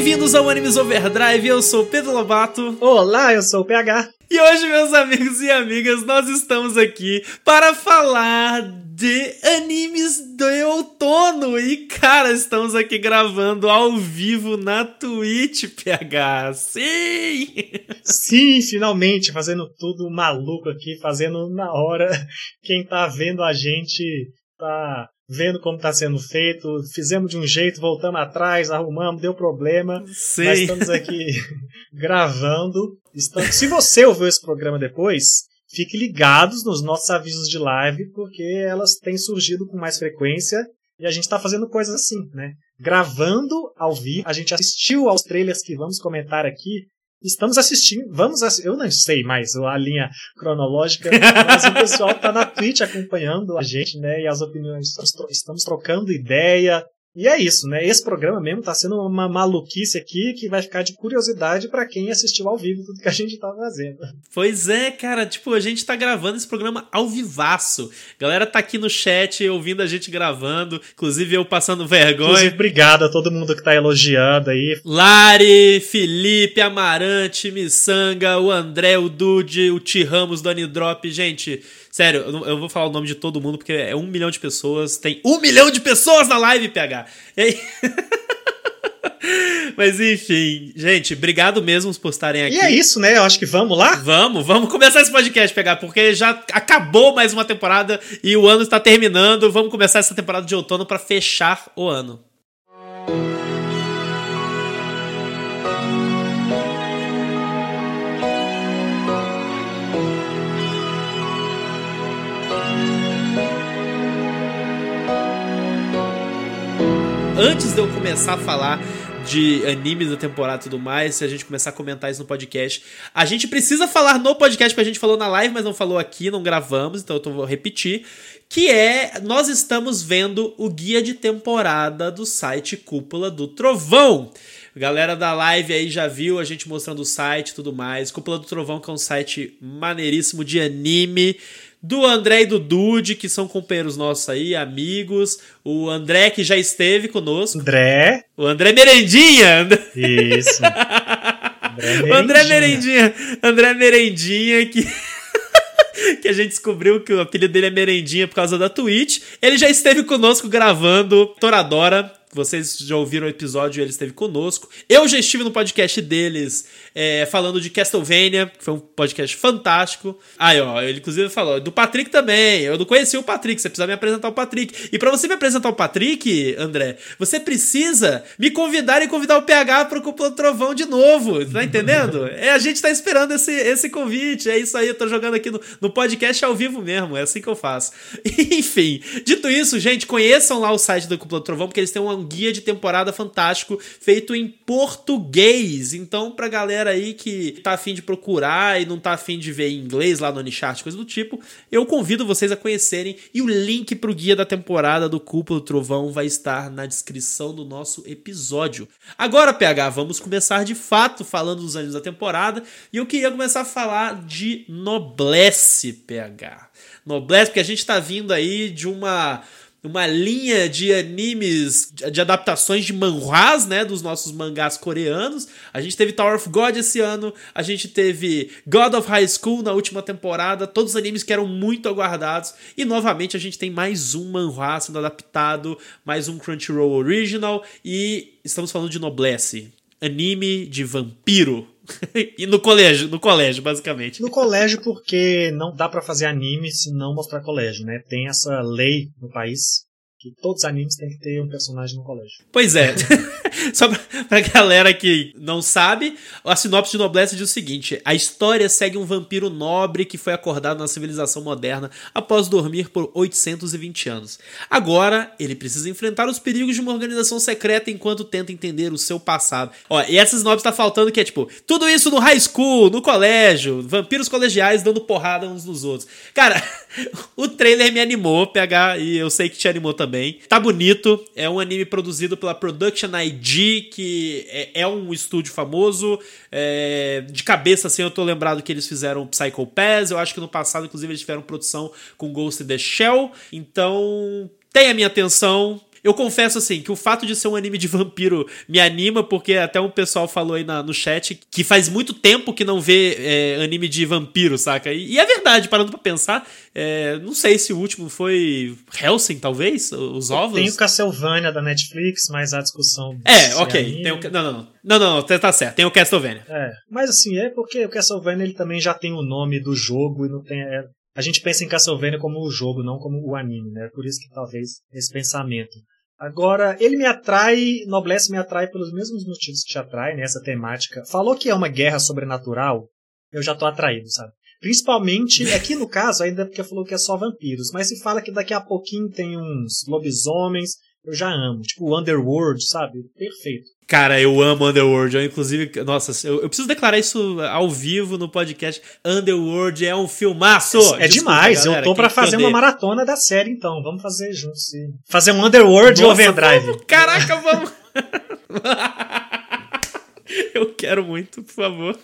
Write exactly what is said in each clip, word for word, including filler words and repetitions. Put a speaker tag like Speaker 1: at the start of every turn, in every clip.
Speaker 1: Bem-vindos ao Animes Overdrive, eu sou o Pedro Lobato.
Speaker 2: Olá, eu sou o P H.
Speaker 1: E hoje, meus amigos e amigas, nós estamos aqui para falar de animes do outono. E, cara, estamos aqui gravando ao vivo na Twitch, P H. Sim!
Speaker 2: Sim, finalmente, fazendo tudo maluco aqui, fazendo na hora. Quem tá vendo a gente tá vendo como tá sendo feito. Fizemos de um jeito, voltamos atrás, arrumamos, deu problema.
Speaker 1: Sim.
Speaker 2: Mas estamos aqui gravando. Estamos... Se você ouviu esse programa depois, fique ligados nos nossos avisos de live, porque elas têm surgido com mais frequência e a gente tá fazendo coisas assim, né? Gravando ao vivo, a gente assistiu aos trailers que vamos comentar aqui. Estamos assistindo, vamos assistir, eu não sei mais a linha cronológica, mas o pessoal tá na Twitch acompanhando a gente, né, e as opiniões, estamos trocando ideia, e é isso, né, esse programa mesmo tá sendo uma maluquice aqui, que vai ficar de curiosidade pra quem assistiu ao vivo tudo que a gente tá fazendo.
Speaker 1: Pois é, cara, tipo, a gente tá gravando esse programa ao vivaço, a galera tá aqui no chat ouvindo a gente gravando, inclusive eu passando vergonha.
Speaker 2: Inclusive, obrigado a todo mundo que tá elogiando aí.
Speaker 1: Lari, Felipe, Amarante, Missanga, o André, o Dude, o T. Ramos do Anidrop, gente... Sério, eu, não, eu vou falar o nome de todo mundo porque é um milhão de pessoas. Tem um milhão de pessoas na live, P H. E aí... Mas enfim, gente, obrigado mesmo por estarem aqui.
Speaker 2: E é isso, né? Eu acho que vamos lá?
Speaker 1: Vamos, vamos começar esse podcast, P H, porque já acabou mais uma temporada e o ano está terminando. Vamos começar essa temporada de outono para fechar o ano. Antes de eu começar a falar de animes da temporada e tudo mais, se a gente começar a comentar isso no podcast, a gente precisa falar no podcast, porque a gente falou na live, mas não falou aqui, não gravamos, então eu vou repetir, que é, nós estamos vendo o guia de temporada do site Cúpula do Trovão. A galera da live aí já viu a gente mostrando o site e tudo mais. Cúpula do Trovão, que é um site maneiríssimo de anime, do André e do Dude, que são companheiros nossos aí, amigos. O André, que já esteve conosco.
Speaker 2: André.
Speaker 1: O André Merendinha.
Speaker 2: Isso. André Merendinha.
Speaker 1: O André Merendinha. André Merendinha, que... que a gente descobriu que o apelido dele é Merendinha por causa da Twitch. Ele já esteve conosco gravando Toradora. Vocês já ouviram o episódio, ele esteve conosco. Eu já estive no podcast deles é, falando de Castlevania, que foi um podcast fantástico. Aí, ó, ele inclusive falou do Patrick também. Eu não conhecia o Patrick, você precisa me apresentar o Patrick. E pra você me apresentar o Patrick, André, você precisa me convidar e convidar o P H pro Cúpula do Trovão de novo. Tá entendendo? É, a gente tá esperando esse, esse convite. É isso aí, eu tô jogando aqui no, no podcast ao vivo mesmo. É assim que eu faço. Enfim, dito isso, gente, conheçam lá o site do Cúpula do Trovão, porque eles têm um guia de temporada fantástico feito em português. Então, pra galera aí que tá afim de procurar e não tá afim de ver em inglês lá no Onichart, coisa do tipo, eu convido vocês a conhecerem, e o link pro guia da temporada do Cúpula do Trovão vai estar na descrição do nosso episódio. Agora, P H, vamos começar de fato falando dos animes da temporada, e eu queria começar a falar de Noblesse, P H. Noblesse, porque a gente tá vindo aí de uma... uma linha de animes, de adaptações de manhwas, né, dos nossos mangás coreanos. A gente teve Tower of God esse ano, a gente teve God of High School na última temporada, todos os animes que eram muito aguardados, e novamente a gente tem mais um manhwa sendo adaptado, mais um Crunchyroll Original, e estamos falando de Noblesse, anime de vampiro. E no colégio, no colégio, basicamente.
Speaker 2: No colégio, porque não dá pra fazer anime se não mostrar colégio, né? Tem essa lei no país que todos os animes têm que ter um personagem no colégio.
Speaker 1: Pois é. Só pra, pra galera que não sabe, a sinopse de Noblesse diz o seguinte: a história segue um vampiro nobre que foi acordado na civilização moderna após dormir por oitocentos e vinte anos. Agora, ele precisa enfrentar os perigos de uma organização secreta enquanto tenta entender o seu passado. Ó, e essa sinopse tá faltando que é tipo, tudo isso no high school, no colégio, vampiros colegiais dando porrada uns nos outros. Cara, o trailer me animou, P H, e eu sei que te animou também. Tá bonito, é um anime produzido pela Production I D, que é, é um estúdio famoso. É, de cabeça, assim, eu tô lembrado que eles fizeram Psycho Pass. Eu acho que no passado, inclusive, eles tiveram produção com Ghost in the Shell. Então, tem a minha atenção. Eu confesso, assim, que o fato de ser um anime de vampiro me anima, porque até um pessoal falou aí na, no chat que faz muito tempo que não vê é, anime de vampiro, saca? E, e é verdade, parando pra pensar, é, não sei se o último foi Hellsing, talvez? Os Ovos?
Speaker 2: Tem o Castlevania da Netflix, mas a discussão...
Speaker 1: É, ok. Tem o, não, não, não. Não, não, não, tá certo. Tem o Castlevania.
Speaker 2: É, mas assim, é porque o Castlevania ele também já tem o nome do jogo e não tem... É, a gente pensa em Castlevania como o jogo, não como o anime, né? Por isso que talvez esse pensamento. Agora, ele me atrai, Noblesse me atrai pelos mesmos motivos que te atrai, né? Essa temática. Falou que é uma guerra sobrenatural, eu já tô atraído, sabe? Principalmente, aqui no caso, ainda porque falou que é só vampiros, mas se fala que daqui a pouquinho tem uns lobisomens, eu já amo. Tipo, o Underworld, sabe? Perfeito.
Speaker 1: Cara, eu amo Underworld. Eu, inclusive, nossa, eu, eu preciso declarar isso ao vivo no podcast. Underworld é um filmaço!
Speaker 2: É, é Desculpa, demais. Galera, eu tô pra fazer uma maratona da série, então. Vamos fazer juntos. Sim. Fazer um Underworld nossa, Overdrive.
Speaker 1: Vamos, caraca, vamos! Eu quero muito, por favor.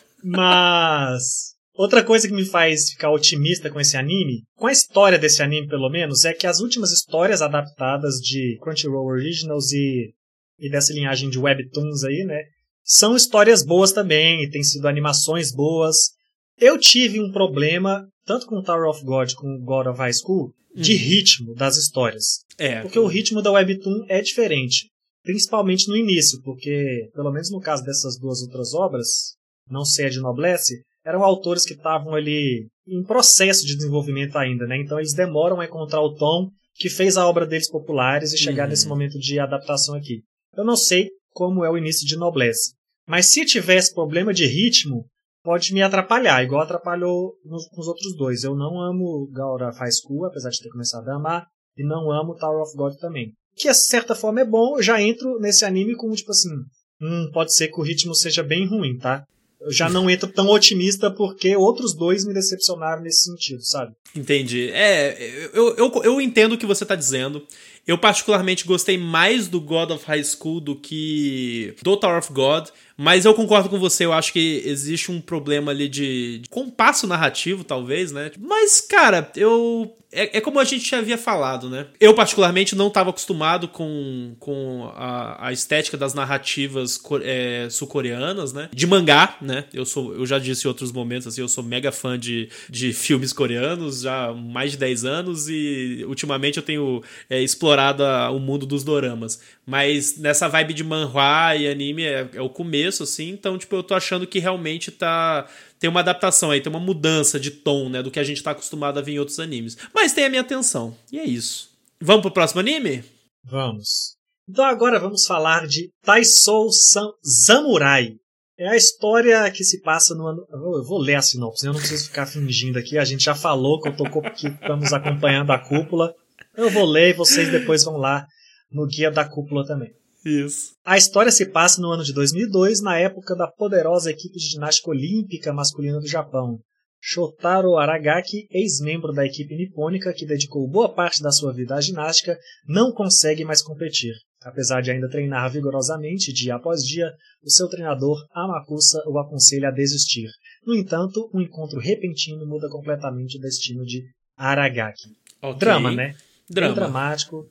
Speaker 2: Mas... outra coisa que me faz ficar otimista com esse anime, com a história desse anime pelo menos, é que as últimas histórias adaptadas de Crunchyroll Originals e, e dessa linhagem de webtoons aí, né, são histórias boas também, e tem sido animações boas. Eu tive um problema, tanto com Tower of God como God of High School, de hum. ritmo das histórias.
Speaker 1: É.
Speaker 2: Porque o ritmo da webtoon é diferente, principalmente no início, porque, pelo menos no caso dessas duas outras obras, não sei a de Noblesse, eram autores que estavam ali em processo de desenvolvimento ainda, né? Então eles demoram a encontrar o tom que fez a obra deles populares e chegar uhum. nesse momento de adaptação aqui. Eu não sei como é o início de Noblesse, mas se tivesse problema de ritmo, pode me atrapalhar, igual atrapalhou nos, com os outros dois. Eu não amo God of High School, apesar de ter começado a amar, e não amo Tower of God também. Que, de certa forma, é bom. Eu já entro nesse anime como, tipo assim, hum, pode ser que o ritmo seja bem ruim, tá? Eu já não entro tão otimista porque outros dois me decepcionaram nesse sentido, sabe?
Speaker 1: Entendi. É, eu, eu, eu entendo o que você tá dizendo. Eu particularmente gostei mais do God of High School do que do Tower of God, mas eu concordo com você, eu acho que existe um problema ali de, de compasso narrativo, talvez, né? Mas, cara, eu... É, é como a gente já havia falado, né? Eu, particularmente, não estava acostumado com, com a, a estética das narrativas é, sul-coreanas, né? De mangá, né? Eu, sou, eu já disse em outros momentos, assim, eu sou mega fã de, de filmes coreanos já há mais de dez anos e, ultimamente, eu tenho é, explorado a, o mundo dos doramas. Mas nessa vibe de manhwa e anime é, é o começo, assim. Então, tipo, eu tô achando que realmente tá... tem uma adaptação aí, tem uma mudança de tom, né, do que a gente tá acostumado a ver em outros animes. Mas tem a minha atenção. E é isso. Vamos pro próximo anime?
Speaker 2: Vamos. Então agora vamos falar de Taisou Samurai. É a história que se passa no ano... Eu vou ler a sinopse, eu não preciso ficar fingindo aqui. A gente já falou que, eu tô... que estamos acompanhando a cúpula. Eu vou ler e vocês depois vão lá no guia da cúpula também.
Speaker 1: Isso.
Speaker 2: A história se passa no ano de dois mil e dois, na época da poderosa equipe de ginástica olímpica masculina do Japão. Shotaro Aragaki, ex-membro da equipe nipônica que dedicou boa parte da sua vida à ginástica, não consegue mais competir. Apesar de ainda treinar vigorosamente dia após dia, o seu treinador Amakusa o aconselha a desistir. No entanto, um encontro repentino muda completamente o destino de Aragaki.
Speaker 1: Okay.
Speaker 2: Drama, né?
Speaker 1: Drama.
Speaker 2: Bem dramático.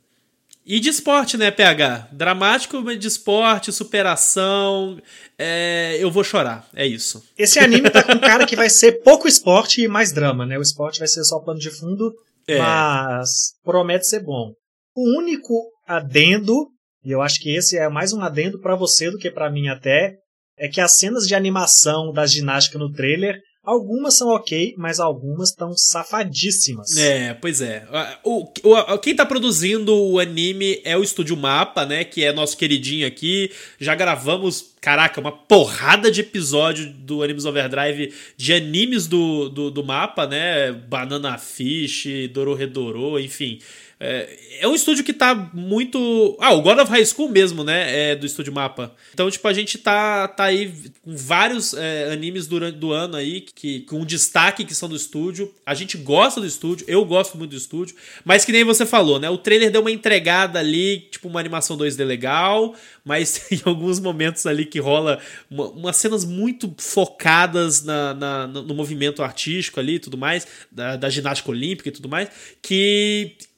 Speaker 1: E de esporte, né, P H? Dramático de esporte, superação. É... Eu vou chorar, é isso.
Speaker 2: Esse anime tá com um cara que vai ser pouco esporte e mais drama, né? O esporte vai ser só plano de fundo, é. Mas promete ser bom. O único adendo, e eu acho que esse é mais um adendo pra você do que pra mim até, é que as cenas de animação da ginástica no trailer... algumas são ok, mas algumas estão safadíssimas.
Speaker 1: É, pois é. O, o, quem tá produzindo o anime é o Estúdio Mapa, né? Que é nosso queridinho aqui. Já gravamos, caraca, uma porrada de episódio do Animes Overdrive de animes do, do, do Mapa, né? Banana Fish, Dororedoro, enfim... É, é um estúdio que tá muito... Ah, o God of High School mesmo, né? É do Estúdio Mapa. Então, tipo, a gente tá, tá aí com vários é, animes durante do ano aí, que, com destaque que são do estúdio. A gente gosta do estúdio, eu gosto muito do estúdio. Mas que nem você falou, né? O trailer deu uma entregada ali, tipo uma animação dois D legal, mas tem alguns momentos ali que rola uma, umas cenas muito focadas na, na, no movimento artístico ali e tudo mais, da, da ginástica olímpica e tudo mais, que...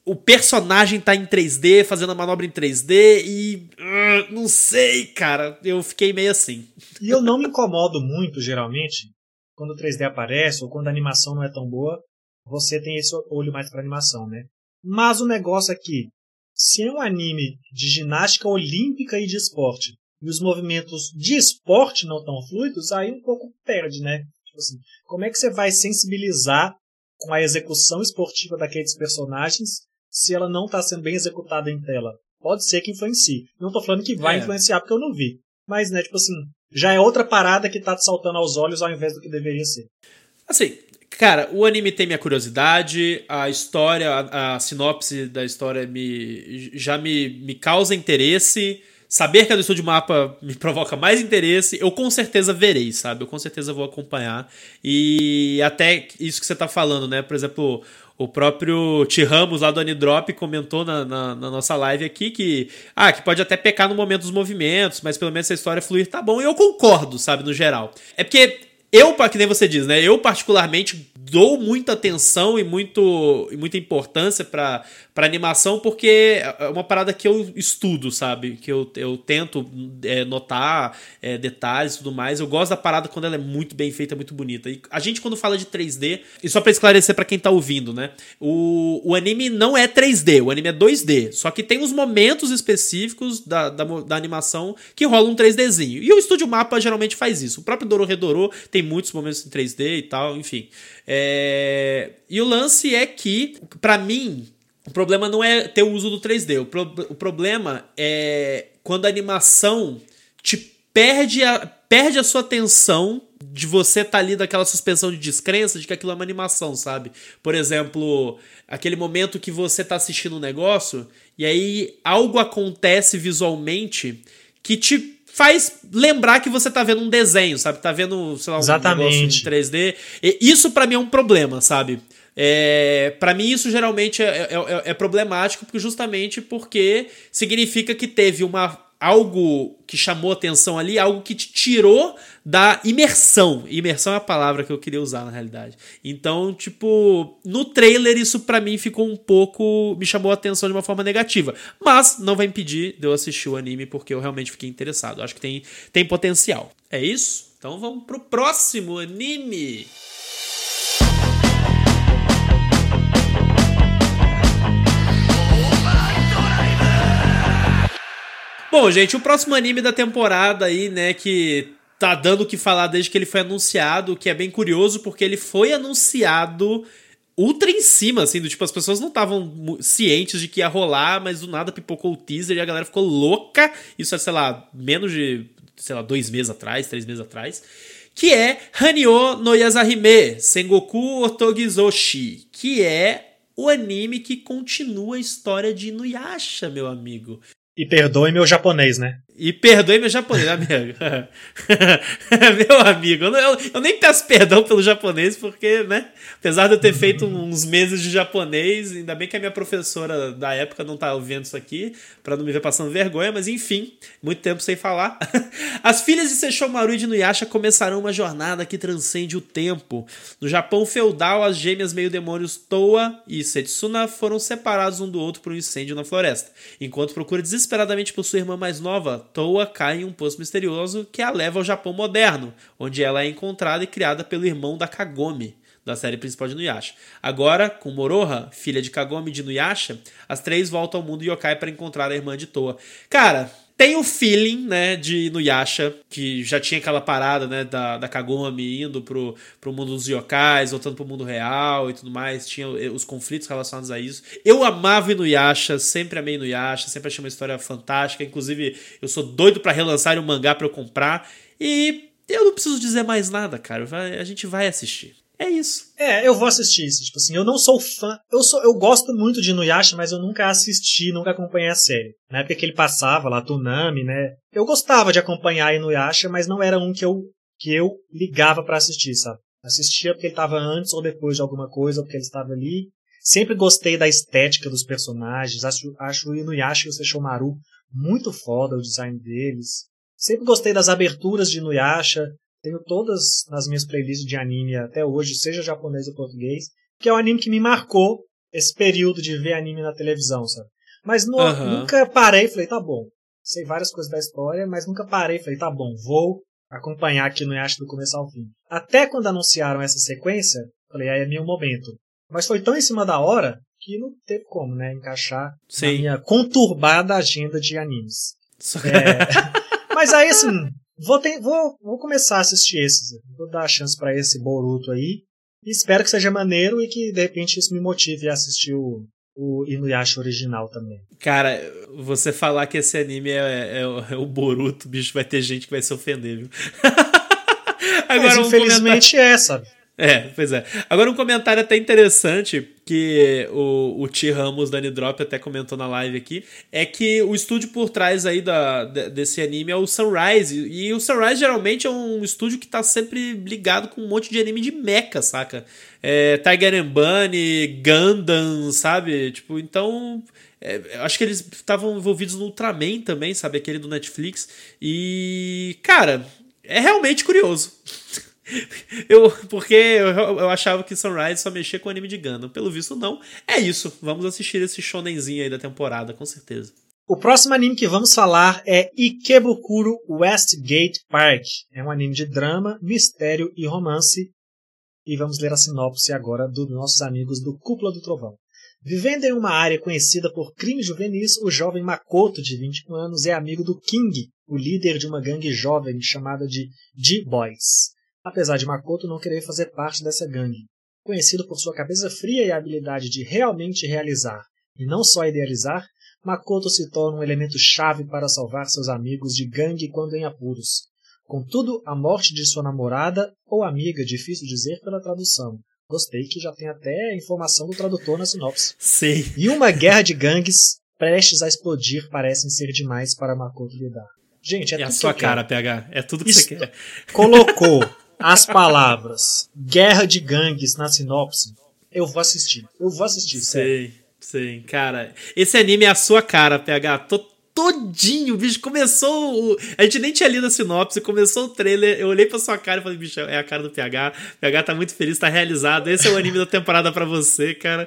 Speaker 1: o personagem tá em três D, fazendo a manobra em três D e... Uh, não sei, cara. Eu fiquei meio assim.
Speaker 2: E eu não me incomodo muito, geralmente, quando o três D aparece ou quando a animação não é tão boa, você tem esse olho mais pra animação, né? Mas o negócio aqui, se é um anime de ginástica olímpica e de esporte, e os movimentos de esporte não tão fluidos, aí um pouco perde, né? Tipo assim, como é que você vai sensibilizar com a execução esportiva daqueles personagens se ela não está sendo bem executada em tela? Pode ser que influencie. Não estou falando que vai é. influenciar porque eu não vi. Mas, né, tipo assim, já é outra parada que tá te saltando aos olhos ao invés do que deveria ser.
Speaker 1: Assim, cara, o anime tem minha curiosidade, a história, a, a sinopse da história me, já me, me causa interesse. Saber que é do Estúdio Mapa me provoca mais interesse. Eu com certeza verei, sabe? Eu com certeza vou acompanhar. E até isso que você tá falando, né? Por exemplo, o próprio T. Ramos lá do Anidrop comentou na, na, na nossa live aqui que, ah, que pode até pecar no momento dos movimentos, mas pelo menos se a história fluir tá bom. E eu concordo, sabe? No geral. É porque eu, que nem você diz, né? Eu particularmente dou muita atenção e, muito, e muita importância pra, pra animação, porque é uma parada que eu estudo, sabe? Que eu, eu tento é, notar é, detalhes e tudo mais. Eu gosto da parada quando ela é muito bem feita, muito bonita. E a gente, quando fala de três D, e só pra esclarecer pra quem tá ouvindo, né? O, o anime não é três D, o anime é dois D. Só que tem os momentos específicos da, da, da animação que rola um três Dzinho. E o Estúdio Mapa geralmente faz isso. O próprio Dororedoro tem muitos momentos em três D e tal, enfim. É... E o lance é que, pra mim, o problema não é ter o uso do três D. O, pro... o problema é quando a animação te perde a, perde a sua atenção de você estar tá ali daquela suspensão de descrença de que aquilo é uma animação, sabe? Por exemplo, aquele momento que você tá assistindo um negócio e aí algo acontece visualmente que te faz lembrar que você tá vendo um desenho, sabe? Tá vendo, sei lá, um
Speaker 2: Exatamente.
Speaker 1: negócio em três D. E isso pra mim é um problema, sabe? É, para mim isso geralmente é, é, é problemático porque justamente porque significa que teve uma, algo que chamou atenção ali, algo que te tirou da imersão. Imersão é a palavra que eu queria usar na realidade. Então, tipo, no trailer isso pra mim ficou um pouco, me chamou a atenção de uma forma negativa, mas não vai impedir de eu assistir o anime porque eu realmente fiquei interessado. Acho que tem, tem potencial. É isso? Então vamos pro próximo anime. Bom, gente, o próximo anime da temporada aí, né, que tá dando o que falar desde que ele foi anunciado, que é bem curioso, porque ele foi anunciado ultra em cima, assim, do tipo, as pessoas não estavam cientes de que ia rolar, mas do nada pipocou o teaser e a galera ficou louca. Isso é, sei lá, menos de, sei lá, dois meses atrás, três meses atrás. Que é Hanyo no Yazahime Sengoku Otogizoshi, que é o anime que continua a história de Inuyasha, meu amigo.
Speaker 2: E perdoe meu japonês, né?
Speaker 1: E perdoe meu japonês, amigo. Meu amigo, eu, eu, eu nem peço perdão pelo japonês, porque, né? Apesar de eu ter feito uns meses de japonês, ainda bem que a minha professora da época não tá ouvindo isso aqui, pra não me ver passando vergonha, mas enfim, muito tempo sem falar. As filhas de Sesshomaru e de Inuyasha começarão uma jornada que transcende o tempo. No Japão feudal, as gêmeas meio-demônios Toa e Setsuna foram separados um do outro por um incêndio na floresta. Enquanto procura desesperadamente por sua irmã mais nova, Toa cai em um poço misterioso que a leva ao Japão moderno, onde ela é encontrada e criada pelo irmão da Kagome, da série principal de Inuyasha. Agora, com Moroha, filha de Kagome e de Inuyasha, as três voltam ao mundo yokai para encontrar a irmã de Toa. Cara, tem o feeling, né, de Inuyasha, que já tinha aquela parada, né, da, da Kagome indo pro, pro mundo dos yokais, voltando pro mundo real e tudo mais, tinha os conflitos relacionados a isso. Eu amava Inuyasha, sempre amei Inuyasha, sempre achei uma história fantástica, inclusive eu sou doido pra relançar um mangá pra eu comprar, e eu não preciso dizer mais nada, cara, vai, a gente vai assistir. É isso.
Speaker 2: É, eu vou assistir isso. Tipo assim, eu não sou fã. Eu, sou, eu gosto muito de Inuyasha, mas eu nunca assisti, nunca acompanhei a série. Na época que ele passava lá, Toonami, né? Eu gostava de acompanhar Inuyasha, mas não era um que eu, que eu ligava pra assistir, sabe? Assistia porque ele tava antes ou depois de alguma coisa, ou porque ele estava ali. Sempre gostei da estética dos personagens. Acho, acho o Inuyasha e o Sesshomaru muito foda, o design deles. Sempre gostei das aberturas de Inuyasha. Tenho todas nas minhas playlists de anime até hoje, seja japonês ou português, que é um anime que me marcou esse período de ver anime na televisão, sabe? Mas no,
Speaker 1: Uhum.
Speaker 2: nunca parei e falei, tá bom. Sei várias coisas da história, mas nunca parei e falei, tá bom, vou acompanhar aqui no Yasha do começo ao fim. Até quando anunciaram essa sequência, falei, aí é meu momento. Mas foi tão em cima da hora que não teve como, né, encaixar
Speaker 1: Sim.
Speaker 2: na minha conturbada agenda de animes.
Speaker 1: Só-
Speaker 2: É, mas aí, assim, vou, ter, vou, vou começar a assistir esses. Vou dar a chance pra esse Boruto aí. E espero que seja maneiro e que, de repente, isso me motive a assistir o, o Inuyasha original também.
Speaker 1: Cara, você falar que esse anime é, é, é o Boruto, bicho, vai ter gente que vai se ofender, viu?
Speaker 2: Mas,
Speaker 1: um
Speaker 2: infelizmente,
Speaker 1: comentário...
Speaker 2: é, sabe?
Speaker 1: É, pois é. Agora um comentário até interessante que o, o T. Ramos Dani Drop até comentou na live aqui, é que o estúdio por trás aí da, desse anime é o Sunrise, e o Sunrise geralmente é um estúdio que tá sempre ligado com um monte de anime de mecha, saca? É, Tiger and Bunny, Gundam, sabe? Tipo, então... É, acho que eles estavam envolvidos no Ultraman também, sabe? Aquele do Netflix. E, cara, é realmente curioso. Eu, porque eu, eu achava que Sunrise só mexia com anime de Gundam. Pelo visto, não. É isso. Vamos assistir esse shonenzinho aí da temporada, com certeza.
Speaker 2: O próximo anime que vamos falar é Ikebukuro Westgate Park. É um anime de drama, mistério e romance. E vamos ler a sinopse agora dos nossos amigos do Cúpula do Trovão. Vivendo em uma área conhecida por crimes juvenis, o jovem Makoto, de vinte e um anos, é amigo do King, o líder de uma gangue jovem chamada de G-Boys. Apesar de Makoto não querer fazer parte dessa gangue. Conhecido por sua cabeça fria e a habilidade de realmente realizar, e não só idealizar, Makoto se torna um elemento chave para salvar seus amigos de gangue quando em apuros. Contudo, a morte de sua namorada ou amiga, difícil dizer pela tradução. Gostei que já tem até a informação do tradutor na sinopse.
Speaker 1: Sim.
Speaker 2: E uma guerra de gangues prestes a explodir parecem ser demais para Makoto lidar. Gente, é,
Speaker 1: é
Speaker 2: tudo
Speaker 1: a sua
Speaker 2: que eu
Speaker 1: cara,
Speaker 2: quero.
Speaker 1: P H. É tudo que
Speaker 2: Isso
Speaker 1: você quer.
Speaker 2: Colocou as palavras guerra de gangues na sinopse. Eu vou assistir. Eu vou assistir, sério.
Speaker 1: Sim, sim. Cara, esse anime é a sua cara, P H. Tô todinho, bicho. Começou o... A gente nem tinha lido a sinopse, começou o trailer, eu olhei pra sua cara e falei, bicho, é a cara do P H. O P H tá muito feliz, tá realizado. Esse é o anime da temporada pra você, cara.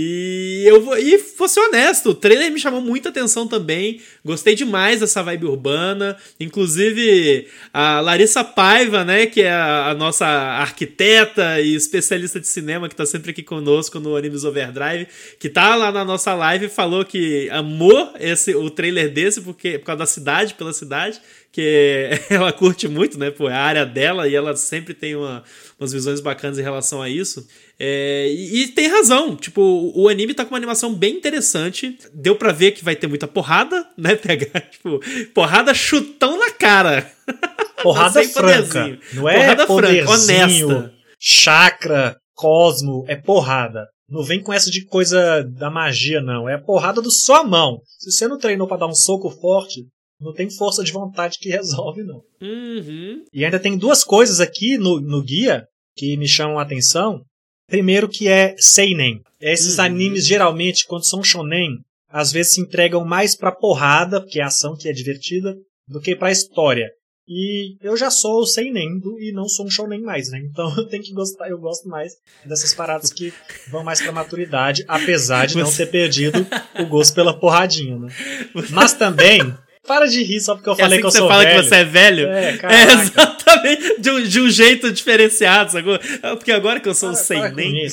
Speaker 1: E eu vou... E vou ser honesto, o trailer me chamou muita atenção também. Gostei demais dessa vibe urbana. Inclusive, a Larissa Paiva, né, que é a, a nossa arquiteta e especialista de cinema, que tá sempre aqui conosco no Animes Overdrive, que tá lá na nossa live, falou que amou esse, o trailer desse, porque, por causa da cidade, pela cidade, que ela curte muito, né? Pô, é a área dela e ela sempre tem uma, umas visões bacanas em relação a isso. É, e, e tem razão, tipo, o, o anime tá com uma animação bem interessante. Deu pra ver que vai ter muita porrada, né? Pegar, tipo, porrada chutão na cara.
Speaker 2: Porrada franca. Não é porrada franca, honesta. Chakra, cosmo, é porrada. Não vem com essa de coisa da magia, não. É a porrada do sua mão. Se você não treinou pra dar um soco forte, não tem força de vontade que resolve, não.
Speaker 1: Uhum.
Speaker 2: E ainda tem duas coisas aqui no, no guia que me chamam a atenção. Primeiro que é seinen. Esses uhum. animes, geralmente, quando são shonen, às vezes se entregam mais pra porrada, porque é a ação que é divertida, do que pra história. E eu já sou o seinen e não sou um shonen mais, né? Então eu tenho que gostar, eu gosto mais dessas paradas que vão mais pra maturidade, apesar de Você... não ter perdido o gosto pela porradinha, né? Mas também, para de rir só porque eu
Speaker 1: é
Speaker 2: falei
Speaker 1: assim
Speaker 2: que eu
Speaker 1: que
Speaker 2: sou
Speaker 1: velho. Você fala
Speaker 2: velho.
Speaker 1: que você é velho?
Speaker 2: É,
Speaker 1: caraca. É exatamente, de um, de um jeito diferenciado, sacou? Porque agora que eu sou para, um seinen...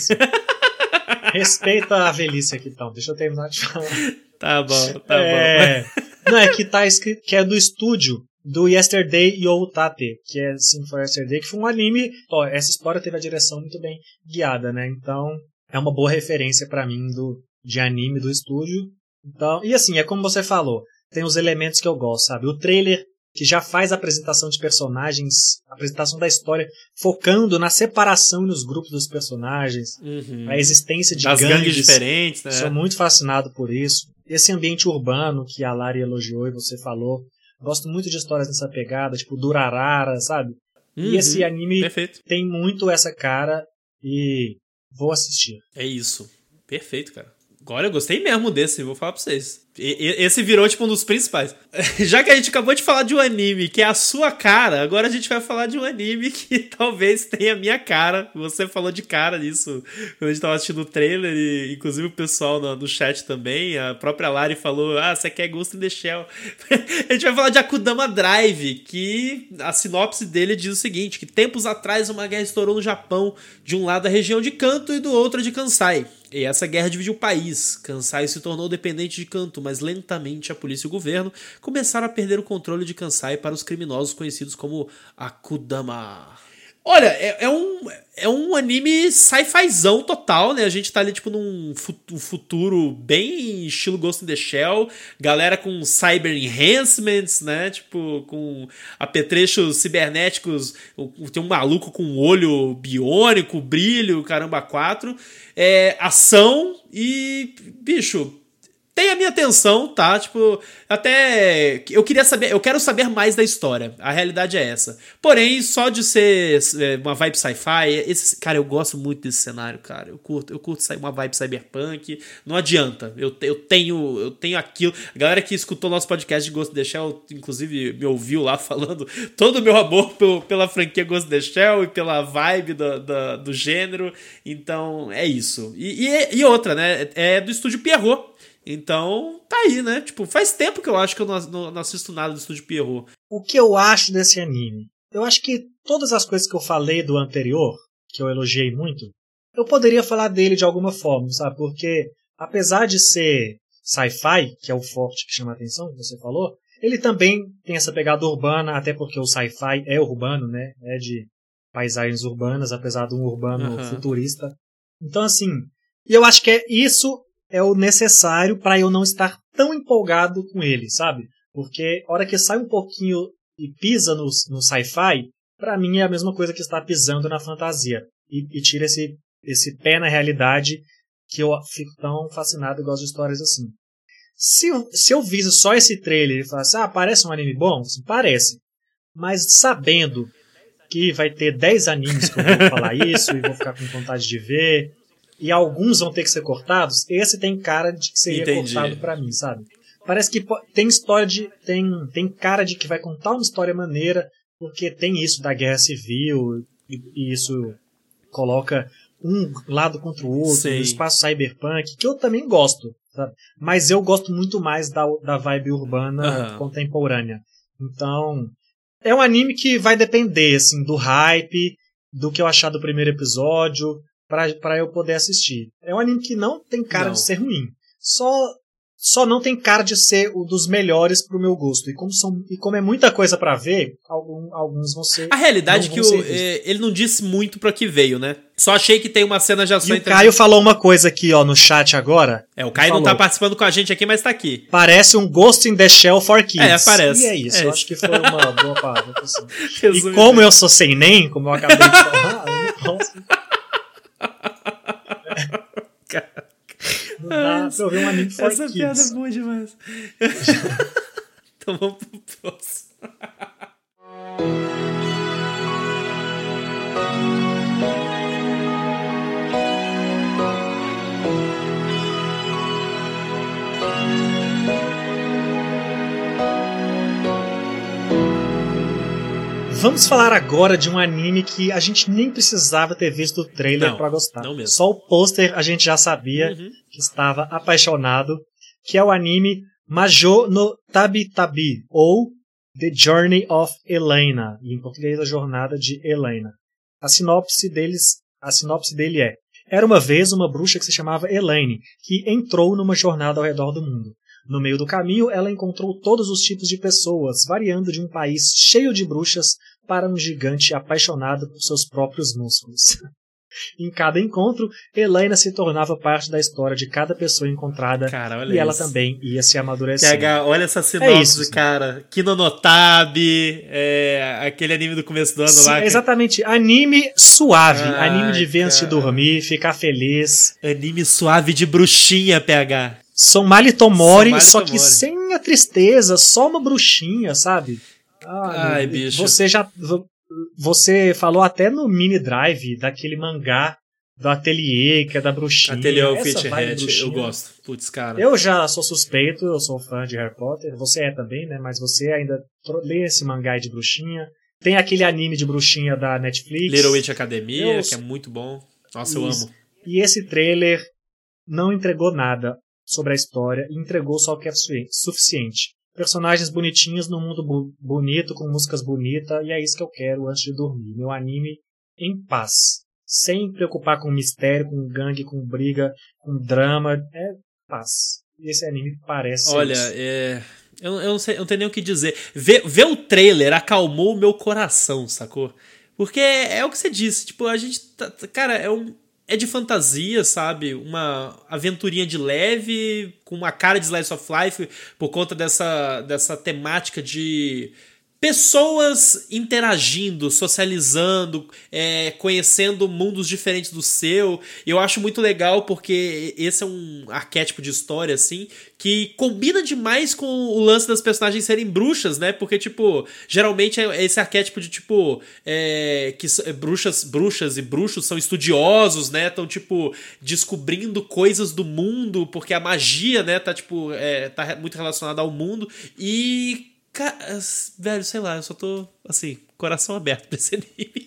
Speaker 2: Respeita a velhice aqui, então. Deixa eu terminar de falar.
Speaker 1: Tá bom, tá
Speaker 2: é...
Speaker 1: bom.
Speaker 2: Não, é que tá escrito que é do estúdio do Yesterday Youtate, que é Sing for Yesterday, que foi um anime. Ó, essa história teve a direção muito bem guiada, né? Então, é uma boa referência pra mim do, de anime do estúdio. Então, e assim, é como você falou, tem os elementos que eu gosto, sabe? O trailer, que já faz a apresentação de personagens, a apresentação da história, focando na separação e nos grupos dos personagens, uhum. a existência de
Speaker 1: das
Speaker 2: gangues,
Speaker 1: gangues diferentes, né?
Speaker 2: Sou muito fascinado por isso. Esse ambiente urbano que a Lari elogiou e você falou. Gosto muito de histórias nessa pegada, tipo Durarara, sabe? Uhum, e esse anime perfeito. Tem muito essa cara e vou assistir.
Speaker 1: É isso. Perfeito, cara. Agora eu gostei mesmo desse, vou falar pra vocês. Esse virou, tipo, um dos principais. Já que a gente acabou de falar de um anime que é a sua cara, agora a gente vai falar de um anime que talvez tenha a minha cara. Você falou de cara nisso quando a gente tava assistindo o trailer, e inclusive o pessoal no, no chat também, a própria Lari falou, ah, você quer Ghost in the Shell. A gente vai falar de Akudama Drive, que a sinopse dele diz o seguinte, que tempos atrás uma guerra estourou no Japão, de um lado a região de Kanto e do outro a de Kansai. E essa guerra dividiu o país. Kansai se tornou dependente de Kanto, mas lentamente a polícia e o governo começaram a perder o controle de Kansai para os criminosos conhecidos como Akudama. Olha, é, é, um, é um anime sci-fizão total, né? A gente tá ali, tipo, num futuro bem estilo Ghost in the Shell. Galera com cyber enhancements, né? Tipo, com apetrechos cibernéticos. Tem um maluco com um olho biônico, brilho, caramba, quatro. É, ação e, bicho... Tem a minha atenção, tá? Tipo, até... Eu queria saber... Eu quero saber mais da história. A realidade é essa. Porém, só de ser uma vibe sci-fi... Esse, cara, eu gosto muito desse cenário, cara. Eu curto, eu curto uma vibe cyberpunk. Não adianta. Eu, eu, tenho, eu tenho aquilo... A galera que escutou nosso podcast de Ghost in the Shell, inclusive, me ouviu lá falando todo o meu amor pelo, pela franquia Ghost in the Shell e pela vibe do, do, do gênero. Então, é isso. E, e, e outra, né? É do estúdio Pierrot. Então, tá aí, né? Tipo, faz tempo que eu acho que eu não, não, não assisto nada do Estúdio Pierrot.
Speaker 2: O que eu acho desse anime? Eu acho que todas as coisas que eu falei do anterior, que eu elogiei muito, eu poderia falar dele de alguma forma, sabe? Porque, apesar de ser sci-fi, que é o forte que chama a atenção, que você falou, ele também tem essa pegada urbana, até porque o sci-fi é urbano, né? É de paisagens urbanas, apesar de um urbano uhum. futurista. Então, assim, eu acho que é isso... é o necessário para eu não estar tão empolgado com ele, sabe? Porque a hora que sai um pouquinho e pisa no, no sci-fi, para mim é a mesma coisa que estar pisando na fantasia. E, e tira esse, esse pé na realidade que eu fico tão fascinado e gosto de histórias assim. Se, se eu visse só esse trailer e falasse, ah, parece um anime bom? Assim, parece. Mas sabendo que vai ter dez animes que eu vou falar isso e vou ficar com vontade de ver... e alguns vão ter que ser cortados, esse tem cara de que seria Entendi. cortado pra mim, sabe? Parece que tem história de... Tem, tem cara de que vai contar uma história maneira, porque tem isso da guerra civil, e, e isso coloca um lado contra o outro, no espaço cyberpunk, que eu também gosto, sabe? Mas eu gosto muito mais da, da vibe urbana uhum. contemporânea. Então, é um anime que vai depender, assim, do hype, do que eu achar do primeiro episódio... Pra eu poder assistir. É um anime que não tem cara não. de ser ruim. Só, só não tem cara de ser o dos melhores pro meu gosto. E como, são, e como é muita coisa pra ver, algum, alguns vão ser...
Speaker 1: A realidade é que o, é, ele não disse muito pra que veio, né? Só achei que tem uma cena de ação...
Speaker 2: E o Caio falou uma coisa aqui, ó, no chat agora.
Speaker 1: É, o Caio falou, não tá participando com a gente aqui, mas tá aqui.
Speaker 2: Parece um Ghost in the Shell for Kids.
Speaker 1: É, parece.
Speaker 2: E é isso,
Speaker 1: é
Speaker 2: eu
Speaker 1: isso.
Speaker 2: acho que foi uma boa palavra. Assim. E como eu sou sem nem, como eu acabei de falar, eu não posso... Não dá pra eu ver um anime for
Speaker 1: Essa
Speaker 2: kids.
Speaker 1: piada é boa demais. Então vamos pro próximo.
Speaker 2: Vamos falar agora de um anime que a gente nem precisava ter visto o trailer não, pra gostar.
Speaker 1: Não mesmo.
Speaker 2: Só o pôster a gente já sabia uhum. que estava apaixonado, que é o anime Majo no Tabi Tabi, ou The Journey of Elena, e em português a jornada de Helena. A sinopse deles, a sinopse dele é: era uma vez uma bruxa que se chamava Elaine, que entrou numa jornada ao redor do mundo. No meio do caminho, ela encontrou todos os tipos de pessoas, variando de um país cheio de bruxas para um gigante apaixonado por seus próprios músculos. Em cada encontro, Helena se tornava parte da história de cada pessoa encontrada.
Speaker 1: Cara, olha
Speaker 2: e ela
Speaker 1: isso.
Speaker 2: também ia se amadurecendo.
Speaker 1: H, olha essa sinopse, é isso, cara. Kinonotabi, é, aquele anime do começo do ano
Speaker 2: Sim,
Speaker 1: lá. Que...
Speaker 2: Exatamente, anime suave.
Speaker 1: Ai,
Speaker 2: anime de ver
Speaker 1: cara.
Speaker 2: antes de dormir, ficar feliz.
Speaker 1: Anime suave de bruxinha, P H.
Speaker 2: Somali Tomori,
Speaker 1: Somali
Speaker 2: só
Speaker 1: Tomori.
Speaker 2: que sem a tristeza, só uma bruxinha, sabe? Ah,
Speaker 1: Ai, bicho.
Speaker 2: Você já... Você falou até no mini drive daquele mangá do Ateliê, que é da bruxinha.
Speaker 1: Ateliê of
Speaker 2: Essa vibe
Speaker 1: Witchhead,
Speaker 2: bruxinha.
Speaker 1: eu gosto. Putz, cara.
Speaker 2: Eu já sou suspeito, eu sou fã de Harry Potter. Você é também, né? Mas você ainda lê esse mangá de bruxinha. Tem aquele anime de bruxinha da Netflix.
Speaker 1: Little Witch Academia,
Speaker 2: eu...
Speaker 1: que é muito bom. Nossa,
Speaker 2: Isso.
Speaker 1: eu amo.
Speaker 2: E esse trailer não entregou nada sobre a história, e entregou só o que é suficiente. Personagens bonitinhos num mundo bu- bonito, com músicas bonitas, e é isso que eu quero antes de dormir. Meu anime em paz. Sem preocupar com mistério, com gangue, com briga, com drama. É paz. E esse anime parece ser
Speaker 1: Olha,
Speaker 2: isso.
Speaker 1: é... Eu, eu, não sei, eu não tenho nem o que dizer. Ver, ver o trailer acalmou o meu coração, sacou? Porque é, é o que você disse. Tipo, a gente... Tá, cara, é um... É de fantasia, sabe? Uma aventurinha de leve, com uma cara de Slice of Life, por conta dessa, dessa temática de pessoas interagindo, socializando, é, conhecendo mundos diferentes do seu. E eu acho muito legal porque esse é um arquétipo de história, assim, que combina demais com o lance das personagens serem bruxas, né? Porque, tipo, geralmente é esse arquétipo de, tipo, é, que bruxas, bruxas e bruxos são estudiosos, né? Estão, tipo, descobrindo coisas do mundo, porque a magia, né, tá, tipo, é, tá muito relacionada ao mundo. E... Cara, velho, sei lá, eu só tô, assim, coração aberto pra esse anime.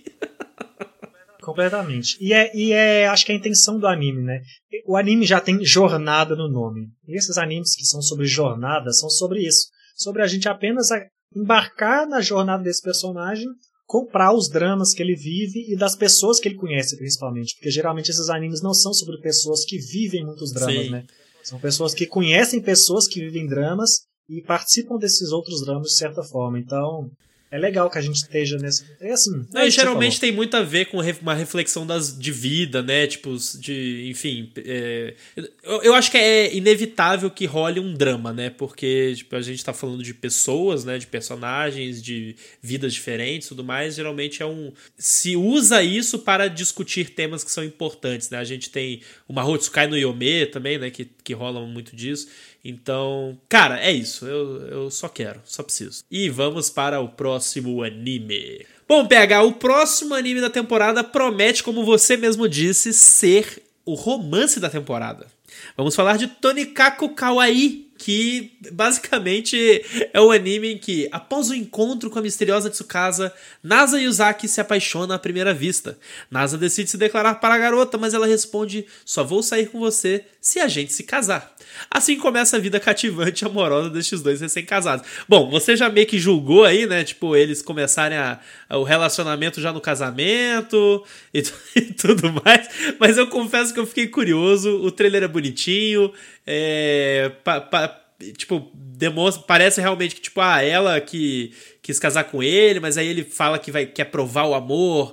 Speaker 2: Completamente. E é, e é, acho que é a intenção do anime, né? O anime já tem jornada no nome. E esses animes que são sobre jornada são sobre isso. Sobre a gente apenas embarcar na jornada desse personagem, comprar os dramas que ele vive e das pessoas que ele conhece, principalmente. Porque geralmente esses animes não são sobre pessoas que vivem muitos dramas,
Speaker 1: Sim.
Speaker 2: né? São pessoas que conhecem pessoas que vivem dramas e participam desses outros dramas de certa forma. Então, é legal que a gente esteja nesse... É assim,
Speaker 1: Não,
Speaker 2: é
Speaker 1: e
Speaker 2: isso que você
Speaker 1: geralmente
Speaker 2: falou.
Speaker 1: tem muito a ver com uma reflexão das, de vida, né? Tipo, de, enfim. É, eu, eu acho que é inevitável que role um drama, né? Porque tipo, a gente tá falando de pessoas, né? De personagens, de vidas diferentes e tudo mais. Geralmente é um. Se usa isso para discutir temas que são importantes, né? A gente tem o Mahotsukai no Yome também, né? Que, que rola muito disso. Então, cara, é isso. Eu, eu só quero, só preciso. E vamos para o próximo anime. Bom, P H, o próximo anime da temporada promete, como você mesmo disse, ser o romance da temporada. Vamos falar de Tonikaku Kawaii, que basicamente é o anime em que, após o encontro com a misteriosa Tsukasa, Nasa Yuzaki se apaixona à primeira vista. Nasa decide se declarar para a garota, mas ela responde: só vou sair com você se a gente se casar. Assim começa a vida cativante e amorosa destes dois recém-casados. Bom, você já meio que julgou aí, né? Tipo, eles começarem a, a, o relacionamento já no casamento e, e tudo mais. Mas eu confesso que eu fiquei curioso. O trailer é bonitinho. É... Pa, pa, tipo, demonstra, parece realmente que, tipo, ah, ela que quis casar com ele, mas aí ele fala que vai, quer provar o amor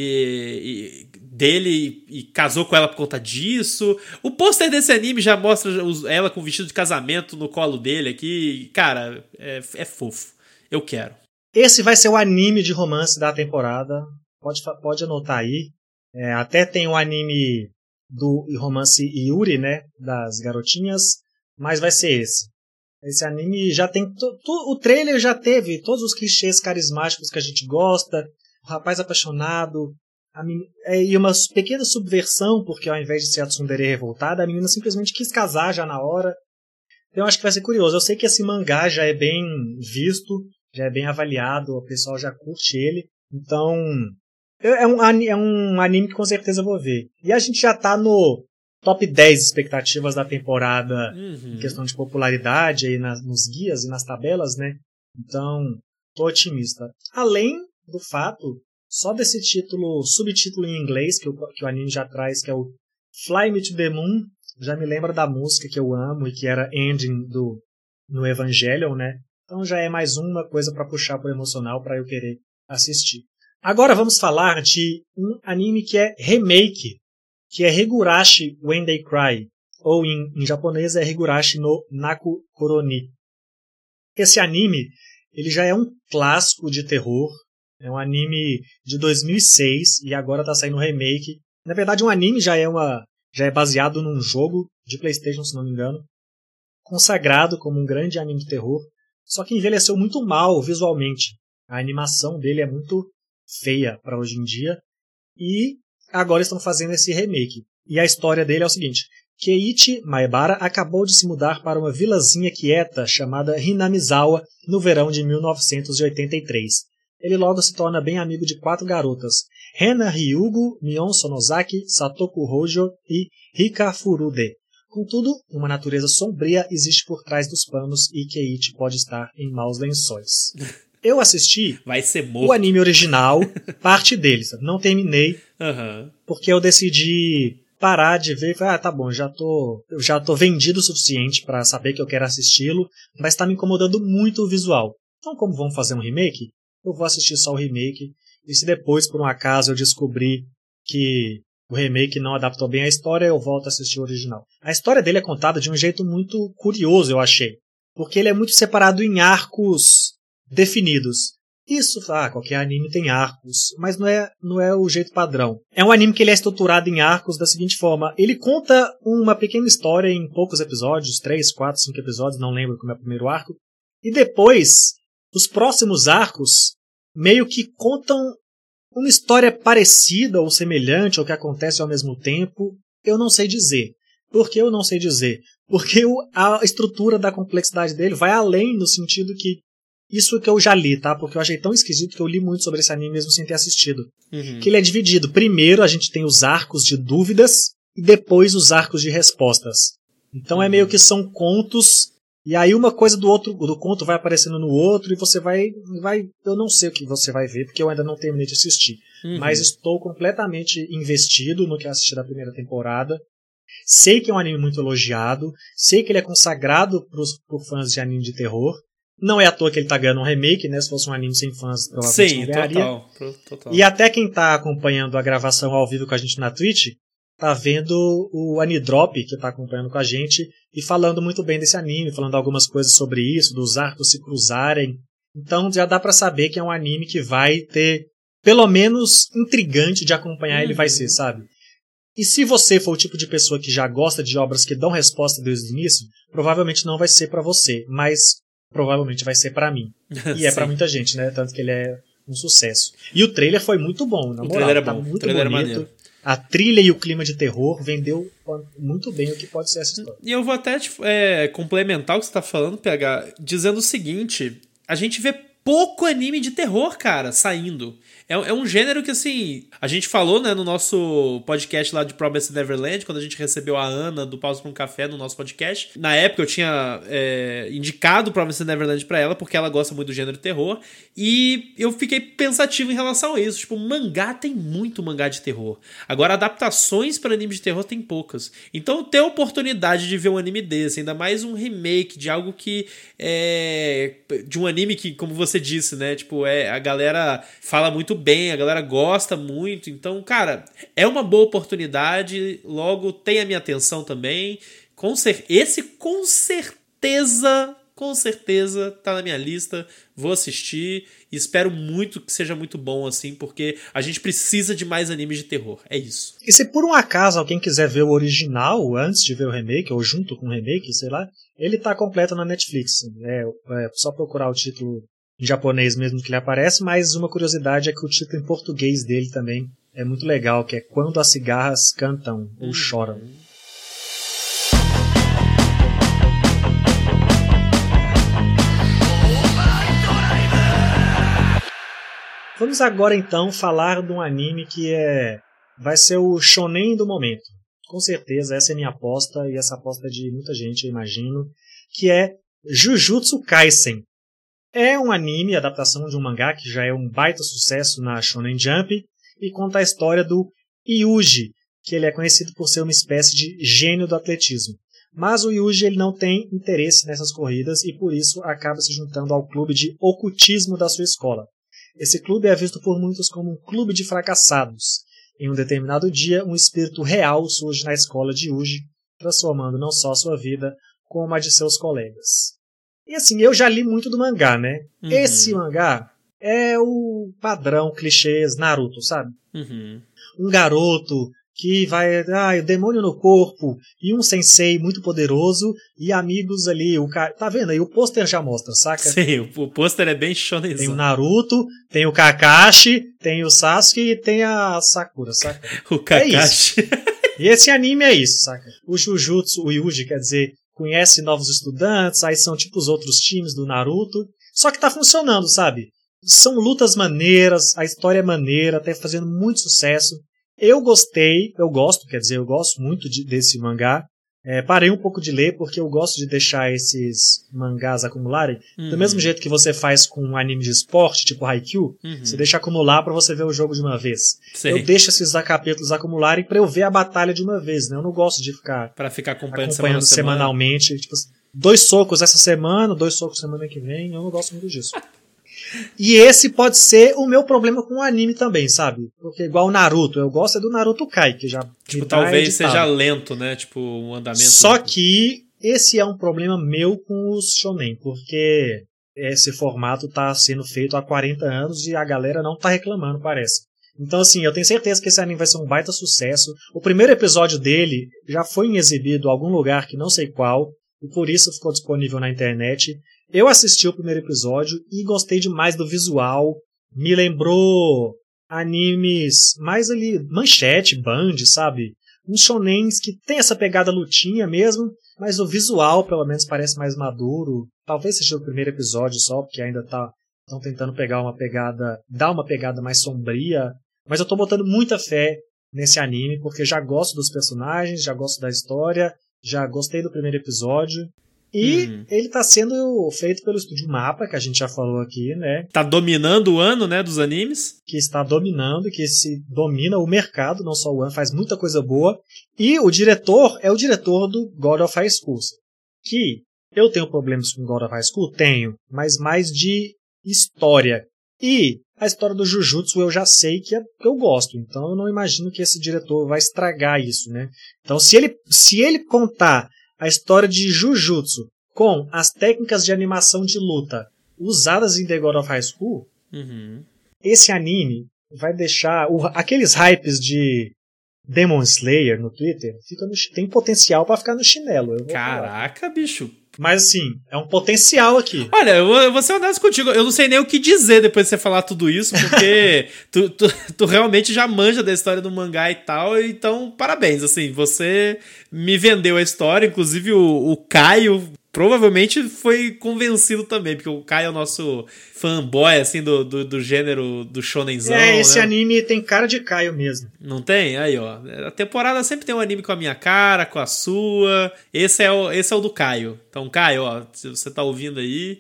Speaker 1: e, e dele e, e casou com ela por conta disso. O pôster desse anime já mostra os, ela com vestido de casamento no colo dele aqui. Cara, é, é fofo. Eu quero.
Speaker 2: Esse vai ser o anime de romance da temporada. Pode, pode anotar aí. É, até tem o anime do romance Yuri, né? Das garotinhas. Mas vai ser esse. Esse anime já tem... To, to, o trailer já teve todos os clichês carismáticos que a gente gosta. O rapaz apaixonado. A menina, é, e uma pequena subversão, porque ao invés de ser a tsundere revoltada, a menina simplesmente quis casar já na hora. Então eu acho que vai ser curioso. Eu sei que esse mangá já é bem visto, já é bem avaliado, o pessoal já curte ele. Então, é um, é um anime que com certeza eu vou ver. E a gente já tá no top dez expectativas da temporada, uhum, em questão de popularidade aí nas, nos guias e nas tabelas, né? Então, tô otimista. Além do fato, só desse título, subtítulo em inglês, que o, que o anime já traz, que é o Fly Me to the Moon, já me lembra da música que eu amo e que era ending do, no Evangelion, né? Então já é mais uma coisa para puxar pro emocional para eu querer assistir. Agora vamos falar de um anime que é remake, que é Higurashi When They Cry, ou em, em japonês é Higurashi no Naku Koroni. Esse anime, ele já é um clássico de terror, é um anime de dois mil e seis e agora está saindo um remake. Na verdade, um anime já é, uma, já é baseado num jogo de PlayStation, se não me engano, consagrado como um grande anime de terror, só que envelheceu muito mal visualmente. A animação dele é muito feia para hoje em dia. E agora estão fazendo esse remake. E a história dele é o seguinte: Keiichi Maebara acabou de se mudar para uma vilazinha quieta chamada Hinamizawa no verão de mil novecentos e oitenta e três. Ele logo se torna bem amigo de quatro garotas: Rena Ryugu, Mion Sonozaki, Satoku Hojo e Rika Furude. Contudo, uma natureza sombria existe por trás dos panos e Keiichi pode estar em maus lençóis. Eu assisti
Speaker 1: Vai ser morto.
Speaker 2: o anime original, parte dele, sabe? Não terminei,
Speaker 1: Uhum.
Speaker 2: porque eu decidi parar de ver e falei, ah, tá bom, já tô, eu já tô vendido o suficiente pra saber que eu quero assisti-lo, mas tá me incomodando muito o visual. Então, como vamos fazer um remake, eu vou assistir só o remake, e se depois, por um acaso, eu descobrir que o remake não adaptou bem a história, eu volto a assistir o original. A história dele é contada de um jeito muito curioso, eu achei, porque ele é muito separado em arcos definidos. Isso, ah, qualquer anime tem arcos, mas não é, não é o jeito padrão. É um anime que ele é estruturado em arcos da seguinte forma: ele conta uma pequena história em poucos episódios, três, quatro, cinco episódios, não lembro como é o primeiro arco, e depois, os próximos arcos meio que contam uma história parecida ou semelhante ao que acontece ao mesmo tempo. Eu não sei dizer. Por que eu não sei dizer? Porque o, a estrutura da complexidade dele vai além, no sentido que isso que eu já li, tá? Porque eu achei tão esquisito que eu li muito sobre esse anime mesmo sem ter assistido.
Speaker 1: Uhum.
Speaker 2: Que ele é dividido. Primeiro a gente tem os arcos de dúvidas e depois os arcos de respostas. Então uhum. é meio que são contos, e aí uma coisa do outro do conto vai aparecendo no outro e você vai, vai... Eu não sei o que você vai ver, porque eu ainda não terminei de assistir. Uhum. Mas estou completamente investido no que eu assisti da primeira temporada. Sei que é um anime muito elogiado. Sei que ele é consagrado pros, por fãs de anime de terror. Não é à toa que ele tá ganhando um remake, né? Se fosse um anime sem fãs, provavelmente
Speaker 1: Sim,
Speaker 2: não ganharia.
Speaker 1: total, total.
Speaker 2: E até quem tá acompanhando a gravação ao vivo com a gente na Twitch, tá vendo o Anidrop, que tá acompanhando com a gente, e falando muito bem desse anime, falando algumas coisas sobre isso, dos arcos se cruzarem. Então já dá pra saber que é um anime que vai ter, pelo menos, intrigante de acompanhar, uhum. ele vai ser, sabe? E se você for o tipo de pessoa que já gosta de obras que dão resposta desde o início, provavelmente não vai ser pra você, mas provavelmente vai ser pra mim. E é pra muita gente, né? Tanto que ele é um sucesso. E o trailer foi muito bom, na moral.
Speaker 1: O trailer é
Speaker 2: tá
Speaker 1: bom.
Speaker 2: muito
Speaker 1: o trailer
Speaker 2: bonito.
Speaker 1: É
Speaker 2: a trilha e o clima de terror vendeu muito bem o que pode ser essa história.
Speaker 1: E eu vou até tipo, é, complementar o que você tá falando, P H, dizendo o seguinte: a gente vê pouco anime de terror, cara, saindo. É, é um gênero que, assim, a gente falou, né, no nosso podcast lá de Promised Neverland, quando a gente recebeu a Ana do Pausa para um Café no nosso podcast. Na época eu tinha é, indicado Promised Neverland pra ela, porque ela gosta muito do gênero de terror. E eu fiquei pensativo em relação a isso. Tipo, mangá tem muito mangá de terror. Agora, adaptações para anime de terror tem poucas. Então, ter a oportunidade de ver um anime desse, ainda mais um remake de algo que é... de um anime que, como você disse, né, tipo, é, a galera fala muito bem, a galera gosta muito, então, cara, é uma boa oportunidade, logo tem a minha atenção também, com cer- esse com certeza, com certeza tá na minha lista, vou assistir e espero muito que seja muito bom assim, porque a gente precisa de mais animes de terror, é isso.
Speaker 2: E se por um acaso alguém quiser ver o original antes de ver o remake, ou junto com o remake, sei lá, ele tá completo na Netflix, é, é só procurar o título em japonês mesmo que ele aparece, mas uma curiosidade é que o título em português dele também é muito legal, que é Quando as Cigarras Cantam ou Choram. Vamos agora então falar de um anime que é vai ser o shonen do momento. Com certeza essa é a minha aposta e essa aposta é de muita gente, eu imagino, que é Jujutsu Kaisen. É um anime, adaptação de um mangá que já é um baita sucesso na Shonen Jump e conta a história do Yuji, que ele é conhecido por ser uma espécie de gênio do atletismo. Mas o Yuji ele não tem interesse nessas corridas e por isso acaba se juntando ao clube de ocultismo da sua escola. Esse clube é visto por muitos como um clube de fracassados. Em um determinado dia, um espírito real surge na escola de Yuji, transformando não só sua vida, como a de seus colegas. E assim, eu já li muito do mangá, né? Uhum. Esse mangá é o padrão clichês Naruto, sabe?
Speaker 1: Uhum.
Speaker 2: Um garoto que vai, ah, o demônio no corpo, e um sensei muito poderoso, e amigos ali, o cara, tá vendo aí, o pôster já mostra, saca?
Speaker 1: Sim, o, o pôster é bem shonenzão.
Speaker 2: Tem o Naruto, tem o Kakashi, tem o Sasuke e tem a Sakura, saca?
Speaker 1: O Kakashi.
Speaker 2: É e esse anime é isso, saca? O Jujutsu, o Yuji, quer dizer, conhece novos estudantes, aí são tipo os outros times do Naruto, só que tá funcionando, sabe? São lutas maneiras, a história é maneira, tá fazendo muito sucesso. Eu gostei, eu gosto, quer dizer, eu gosto muito de, desse mangá. É, parei um pouco de ler porque eu gosto de deixar esses mangás acumularem. Uhum. Do mesmo jeito que você faz com um anime de esporte, tipo Haikyuu, uhum. Você deixa acumular pra você ver o jogo de uma vez. Sei. Eu deixo esses capítulos acumularem pra eu ver a batalha de uma vez, né? Eu não gosto de ficar
Speaker 1: pra ficar acompanhando,
Speaker 2: acompanhando
Speaker 1: semana
Speaker 2: semanalmente. Tipo, dois socos essa semana, dois socos semana que vem, eu não gosto muito disso. E esse pode ser o meu problema com o anime também, sabe? Porque igual o Naruto, eu gosto é do Naruto Kai, que já
Speaker 1: tipo, talvez editado. Seja lento, né? Tipo, o andamento.
Speaker 2: Só que esse é um problema meu com os shonen, porque esse formato tá sendo feito há quarenta anos e a galera não tá reclamando, parece. Então, assim, eu tenho certeza que esse anime vai ser um baita sucesso. O primeiro episódio dele já foi exibido em algum lugar que não sei qual, e por isso ficou disponível na internet. Eu assisti o primeiro episódio e gostei demais do visual. Me lembrou animes mais ali, Manchete, Band, sabe? Uns shonens que tem essa pegada lutinha mesmo, mas o visual pelo menos parece mais maduro. Talvez seja o primeiro episódio só, porque ainda tá estão tentando pegar uma pegada, dar uma pegada mais sombria. Mas eu tô botando muita fé nesse anime, porque já gosto dos personagens, já gosto da história, já gostei do primeiro episódio. E uhum. ele tá sendo feito pelo estúdio Mapa, que a gente já falou aqui, né?
Speaker 1: Tá dominando o ano, né, dos animes.
Speaker 2: Que está dominando, que se domina o mercado, não só o ano, faz muita coisa boa. E o diretor é o diretor do God of High School. Que eu tenho problemas com God of High School? Tenho, mas mais de história. E a história do Jujutsu eu já sei que, é, que eu gosto, então eu não imagino que esse diretor vai estragar isso, né? Então se ele, se ele contar a história de Jujutsu com as técnicas de animação de luta usadas em The God of High School, uhum. esse anime vai deixar o, aqueles hypes de Demon Slayer no Twitter fica no, tem potencial para ficar no chinelo. Eu vou
Speaker 1: Caraca, falar. Bicho.
Speaker 2: Mas assim, é um potencial aqui.
Speaker 1: Olha, eu vou, eu vou ser honesto contigo, eu não sei nem o que dizer depois de você falar tudo isso, porque tu, tu, tu realmente já manja da história do mangá e tal, então parabéns, assim, você me vendeu a história, inclusive o, o Caio provavelmente foi convencido também, porque o Caio é o nosso fanboy, assim, do, do, do gênero do shonenzão.
Speaker 2: É, esse
Speaker 1: né?
Speaker 2: anime tem cara de Caio mesmo.
Speaker 1: Não tem? Aí, ó. A temporada sempre tem um anime com a minha cara, com a sua. Esse é o, esse é o do Caio. Então, Caio, ó, se você tá ouvindo aí,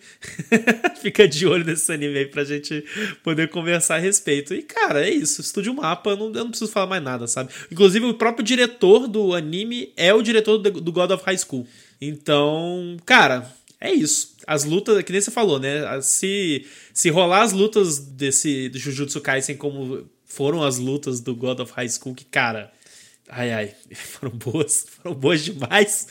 Speaker 1: fica de olho nesse anime aí pra gente poder conversar a respeito. E, cara, é isso. Estúdio Mapa, eu não, eu não preciso falar mais nada, sabe? Inclusive, o próprio diretor do anime é o diretor do, do God of High School. Então, cara, é isso. As lutas, que nem você falou, né? Se, se rolar as lutas desse do Jujutsu Kaisen como foram as lutas do God of High School, que, cara, ai, ai, foram boas, foram boas demais.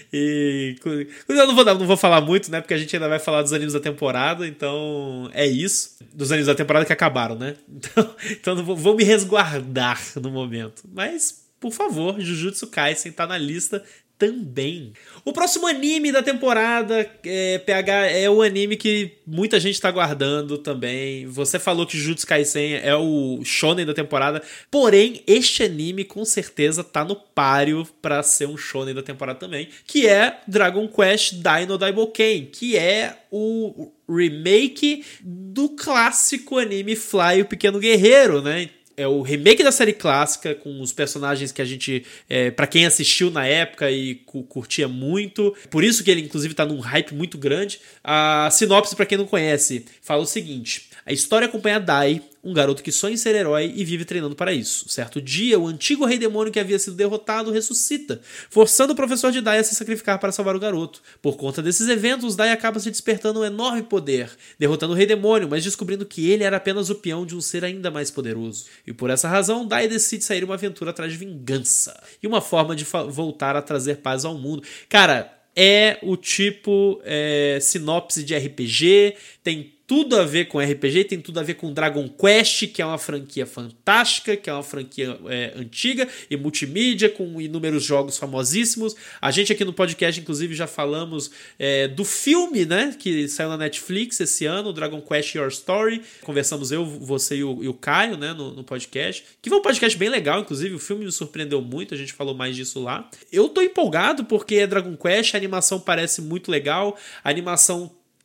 Speaker 1: E eu não vou, não vou falar muito, né? Porque a gente ainda vai falar dos animes da temporada, então é isso. Dos animes da temporada que acabaram, né? Então, então não vou, vou me resguardar no momento. Mas, por favor, Jujutsu Kaisen tá na lista também. O próximo anime da temporada, é, P H, é o anime que muita gente está aguardando também. Você falou que Jujutsu Kaisen é o shonen da temporada, porém, este anime com certeza tá no páreo para ser um shonen da temporada também, que é Dragon Quest Dino Daiboken, que é o remake do clássico anime Fly, o Pequeno Guerreiro, né? É o remake da série clássica, com os personagens que a gente, é, pra quem assistiu na época e cu- curtia muito, por isso que ele inclusive tá num hype muito grande. A sinopse, pra quem não conhece, fala o seguinte: a história acompanha Dai, um garoto que sonha em ser herói e vive treinando para isso. Certo dia, o antigo rei demônio que havia sido derrotado ressuscita, forçando o professor de Dai a se sacrificar para salvar o garoto. Por conta desses eventos, Dai acaba se despertando um enorme poder, derrotando o rei demônio, mas descobrindo que ele era apenas o peão de um ser ainda mais poderoso. E por essa razão, Dai decide sair uma aventura atrás de vingança e uma forma de fa- voltar a trazer paz ao mundo. Cara, é o tipo é, sinopse de R P G, tem tudo a ver com R P G, tem tudo a ver com Dragon Quest, que é uma franquia fantástica, que é uma franquia é, antiga e multimídia, com inúmeros jogos famosíssimos. A gente aqui no podcast, inclusive, já falamos é, do filme, né, que saiu na Netflix esse ano, Dragon Quest Your Story. Conversamos eu, você e o, e o Caio, né, no, no podcast, que foi um podcast bem legal, inclusive, o filme me surpreendeu muito, a gente falou mais disso lá. Eu tô empolgado porque é Dragon Quest, a animação parece muito legal, a animação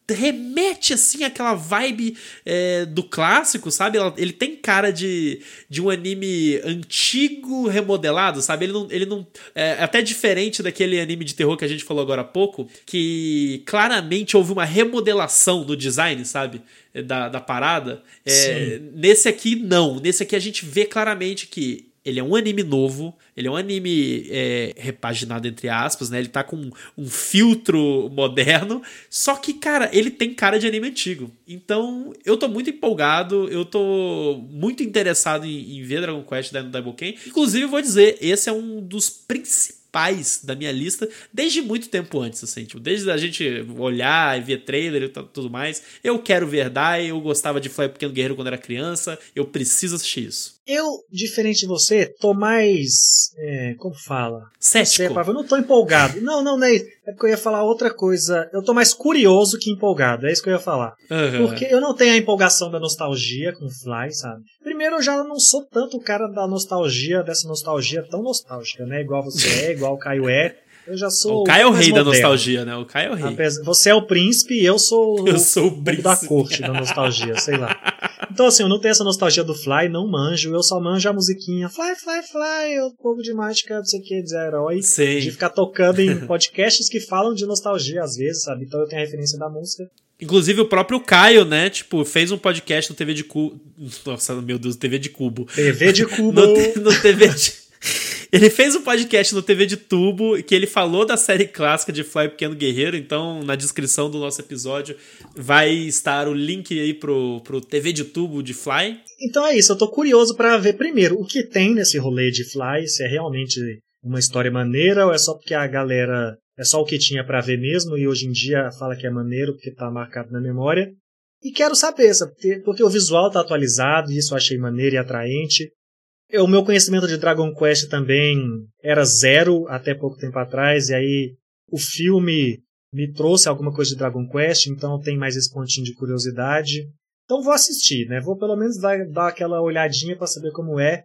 Speaker 1: remete assim àquela vibe é, do clássico, sabe? Ele tem cara de, de um anime antigo remodelado, sabe? Ele não, ele não é até diferente daquele anime de terror que a gente falou agora há pouco, que claramente houve uma remodelação no design, sabe? Da, da parada. É, nesse aqui não, nesse aqui a gente vê claramente que ele é um anime novo, ele é um anime é, repaginado, entre aspas, né? Ele tá com um filtro moderno, só que, cara, ele tem cara de anime antigo. Então, eu tô muito empolgado, eu tô muito interessado em, em ver Dragon Quest da Double Ken. Inclusive, eu vou dizer, esse é um dos principais da minha lista desde muito tempo antes, assim, tipo, desde a gente olhar e ver trailer e tudo mais. Eu quero verdade, eu gostava de Fly Pequeno Guerreiro quando era criança, eu preciso assistir isso.
Speaker 2: Eu, diferente de você, tô mais, é, como fala?
Speaker 1: Cético.
Speaker 2: Não sei, eu não tô empolgado. Não, não, não é isso. É porque eu ia falar outra coisa. Eu tô mais curioso que empolgado, é isso que eu ia falar.
Speaker 1: Uhum.
Speaker 2: Porque eu não tenho a empolgação da nostalgia com Fly, sabe? Primeiro, eu já não sou tanto o cara da nostalgia, dessa nostalgia tão nostálgica, né? Igual você é, igual o Caio é. Eu já sou
Speaker 1: o Caio é o rei
Speaker 2: moderno.
Speaker 1: da nostalgia, né? O Caio é o rei.
Speaker 2: Apesar, você é o príncipe e eu sou,
Speaker 1: eu sou o
Speaker 2: príncipe da corte da nostalgia, sei lá. Então, assim, eu não tenho essa nostalgia do Fly, não manjo. Eu só manjo a musiquinha Fly, Fly, Fly, o povo de mágica, não sei o que, de herói.
Speaker 1: Sim.
Speaker 2: De ficar tocando em podcasts que falam de nostalgia às vezes, sabe? Então eu tenho a referência da música.
Speaker 1: Inclusive o próprio Caio, né, tipo, fez um podcast no T V de Cubo. Nossa, meu Deus, T V de Cubo.
Speaker 2: T V de Cubo.
Speaker 1: no, no T V de... Ele fez um podcast no T V de Tubo que ele falou da série clássica de Fly Pequeno Guerreiro, então na descrição do nosso episódio vai estar o link aí pro, pro T V de Tubo de Fly.
Speaker 2: Então é isso, eu tô curioso pra ver primeiro o que tem nesse rolê de Fly, se é realmente uma história maneira ou é só porque a galera, é só o que tinha pra ver mesmo e hoje em dia fala que é maneiro porque tá marcado na memória. E quero saber, sabe? Porque o visual tá atualizado e isso eu achei maneiro e atraente. O meu conhecimento de Dragon Quest também era zero até pouco tempo atrás, e aí o filme me trouxe alguma coisa de Dragon Quest, então tem mais esse pontinho de curiosidade. Então vou assistir, né? Vou pelo menos dar, dar aquela olhadinha para saber como é,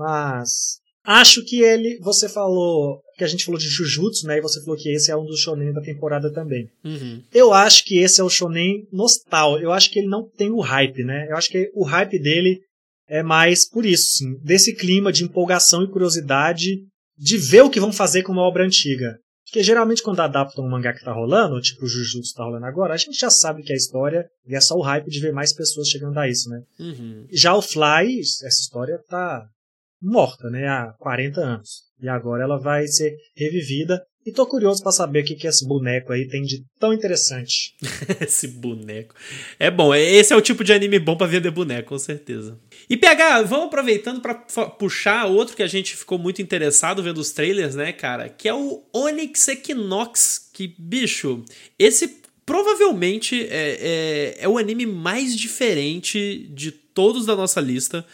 Speaker 2: mas acho que ele, você falou, que a gente falou de Jujutsu, né? E você falou que esse é um dos shonen da temporada também.
Speaker 1: Uhum.
Speaker 2: Eu acho que esse é o shonen nostálgico, eu acho que ele não tem o hype, né? Eu acho que o hype dele é mais por isso, sim, desse clima de empolgação e curiosidade de ver o que vão fazer com uma obra antiga. Porque geralmente quando adaptam um mangá que tá rolando, tipo o Jujutsu tá rolando agora, a gente já sabe que é a história e é só o hype de ver mais pessoas chegando a isso, né?
Speaker 1: Uhum.
Speaker 2: Já o Fly, essa história tá morta, né? Há quarenta anos. E agora ela vai ser revivida. E tô curioso pra saber o que, que esse boneco aí tem de tão interessante.
Speaker 1: Esse boneco. É bom, esse é o tipo de anime bom pra vender boneco, com certeza. E P H, vamos aproveitando pra puxar outro que a gente ficou muito interessado vendo os trailers, né, cara? Que é o Onyx Equinox. Que, bicho, esse provavelmente é, é, é o anime mais diferente de todos da nossa lista.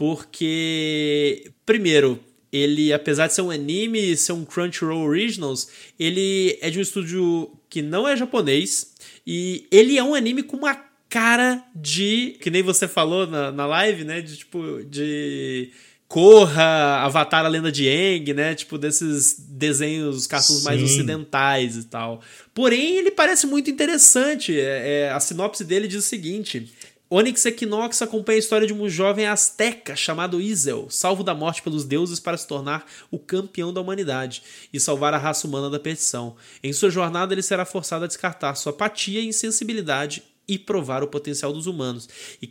Speaker 1: Porque, primeiro, ele, apesar de ser um anime e ser um Crunchyroll Originals, ele é de um estúdio que não é japonês. E ele é um anime com uma cara de... Que nem você falou na, na live, né? De tipo... De Korra, Avatar, a Lenda de Aang, né? Tipo, desses desenhos, cartoons mais ocidentais e tal. Porém, ele parece muito interessante. É, é, a sinopse dele diz o seguinte... Onyx Equinox acompanha a história de um jovem asteca chamado Izel, salvo da morte pelos deuses para se tornar o campeão da humanidade e salvar a raça humana da perdição. Em sua jornada, ele será forçado a descartar sua apatia e insensibilidade e provar o potencial dos humanos. E, cara,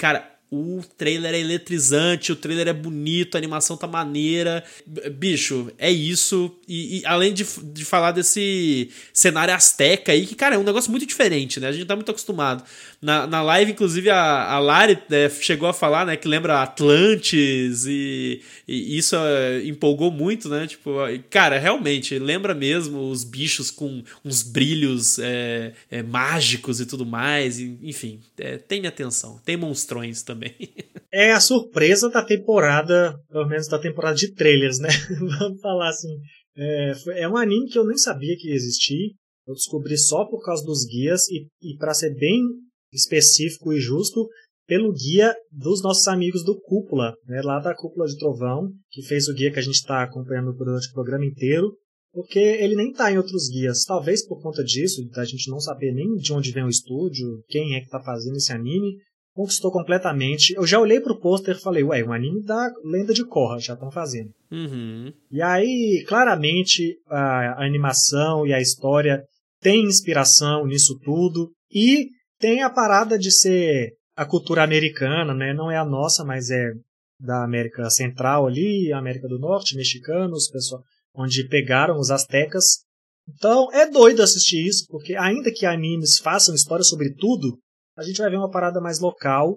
Speaker 1: o trailer é eletrizante, o trailer é bonito, a animação tá maneira. Bicho, é isso. E, e além de, de falar desse cenário azteca aí, que, cara, é um negócio muito diferente, né? A gente tá muito acostumado. Na, na live, inclusive, a, a Lari né, chegou a falar, né, que lembra Atlantis e, e isso é, empolgou muito, né? Tipo, cara, realmente, lembra mesmo os bichos com uns brilhos é, é, mágicos e tudo mais. E, enfim, é, tem atenção. Tem monstrões também.
Speaker 2: É a surpresa da temporada, pelo menos da temporada de trailers, né? Vamos falar assim. É, foi, é um anime que eu nem sabia que ia existir. Eu descobri só por causa dos guias e, e para ser bem específico e justo, pelo guia dos nossos amigos do Cúpula, né? Lá da Cúpula de Trovão, que fez o guia que a gente está acompanhando durante o programa inteiro. Porque ele nem está em outros guias. Talvez por conta disso, da gente não saber nem de onde vem o estúdio, quem é que está fazendo esse anime. Conquistou completamente. Eu já olhei pro pôster e falei, ué, um anime da Lenda de Korra, já estão fazendo.
Speaker 1: Uhum.
Speaker 2: E aí, claramente, a, a animação e a história tem inspiração nisso tudo. E tem a parada de ser a cultura americana, né? Não é a nossa, mas é da América Central ali, América do Norte, mexicanos, pessoal, onde pegaram os aztecas. Então, é doido assistir isso, porque ainda que animes façam história sobre tudo, a gente vai ver uma parada mais local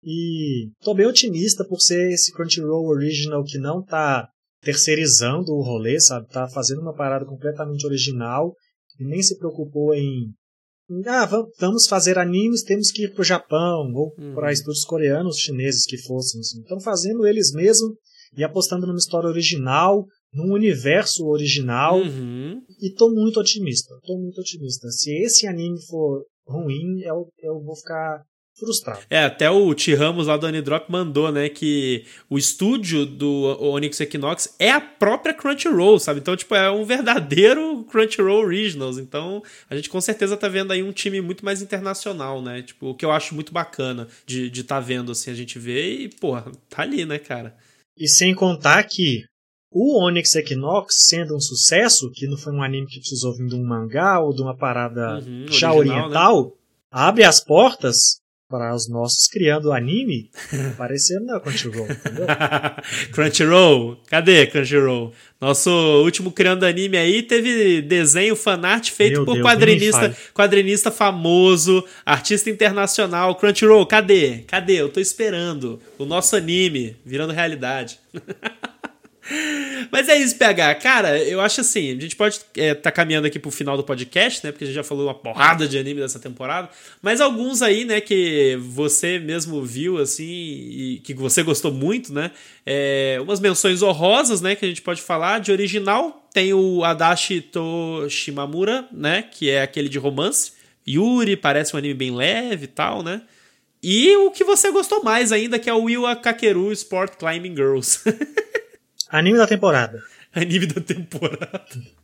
Speaker 2: e tô bem otimista por ser esse Crunchyroll Original que não tá terceirizando o rolê, sabe? Tá fazendo uma parada completamente original e nem se preocupou em, em ah, vamos fazer animes, temos que ir pro Japão ou uhum. para estúdios coreanos, chineses que fossem. Assim. Estão fazendo eles mesmos e apostando numa história original, num universo original
Speaker 1: uhum.
Speaker 2: e tô muito otimista, tô muito otimista. Se esse anime for ruim, eu, eu vou ficar frustrado.
Speaker 1: É, até o T. Ramos lá do Anidrop mandou, né, que o estúdio do Onyx Equinox é a própria Crunchyroll, sabe? Então, tipo, é um verdadeiro Crunchyroll Originals. Então, a gente com certeza tá vendo aí um time muito mais internacional, né? Tipo, o que eu acho muito bacana de de tá vendo, assim, a gente vê e, porra, tá ali, né, cara?
Speaker 2: E sem contar que o Onyx Equinox, sendo um sucesso, que não foi um anime que precisou vir de um mangá ou de uma parada
Speaker 1: uhum,
Speaker 2: já
Speaker 1: original,
Speaker 2: oriental,
Speaker 1: né?
Speaker 2: abre as portas para os nossos criando anime aparecendo na Crunchyroll, entendeu?
Speaker 1: Crunchyroll, cadê Crunchyroll? Nosso último criando anime aí teve desenho fanart feito
Speaker 2: Meu
Speaker 1: por
Speaker 2: Deus,
Speaker 1: quadrinista, quadrinista famoso, artista internacional. Crunchyroll, cadê? Cadê? Eu tô esperando o nosso anime virando realidade. Mas é isso, P H. Cara, eu acho assim, a gente pode é, tá caminhando aqui pro final do podcast, né? Porque a gente já falou uma porrada de anime dessa temporada. Mas alguns aí, né, que você mesmo viu, assim, e que você gostou muito, né? É, umas menções honrosas, né, que a gente pode falar. De original, tem o Adachi to Shimamura, né? Que é aquele de romance. Yuri, parece um anime bem leve e tal, né? E o que você gostou mais ainda, que é o Iwa Kakeru Sport Climbing Girls.
Speaker 2: Anime da temporada.
Speaker 1: Anime da temporada.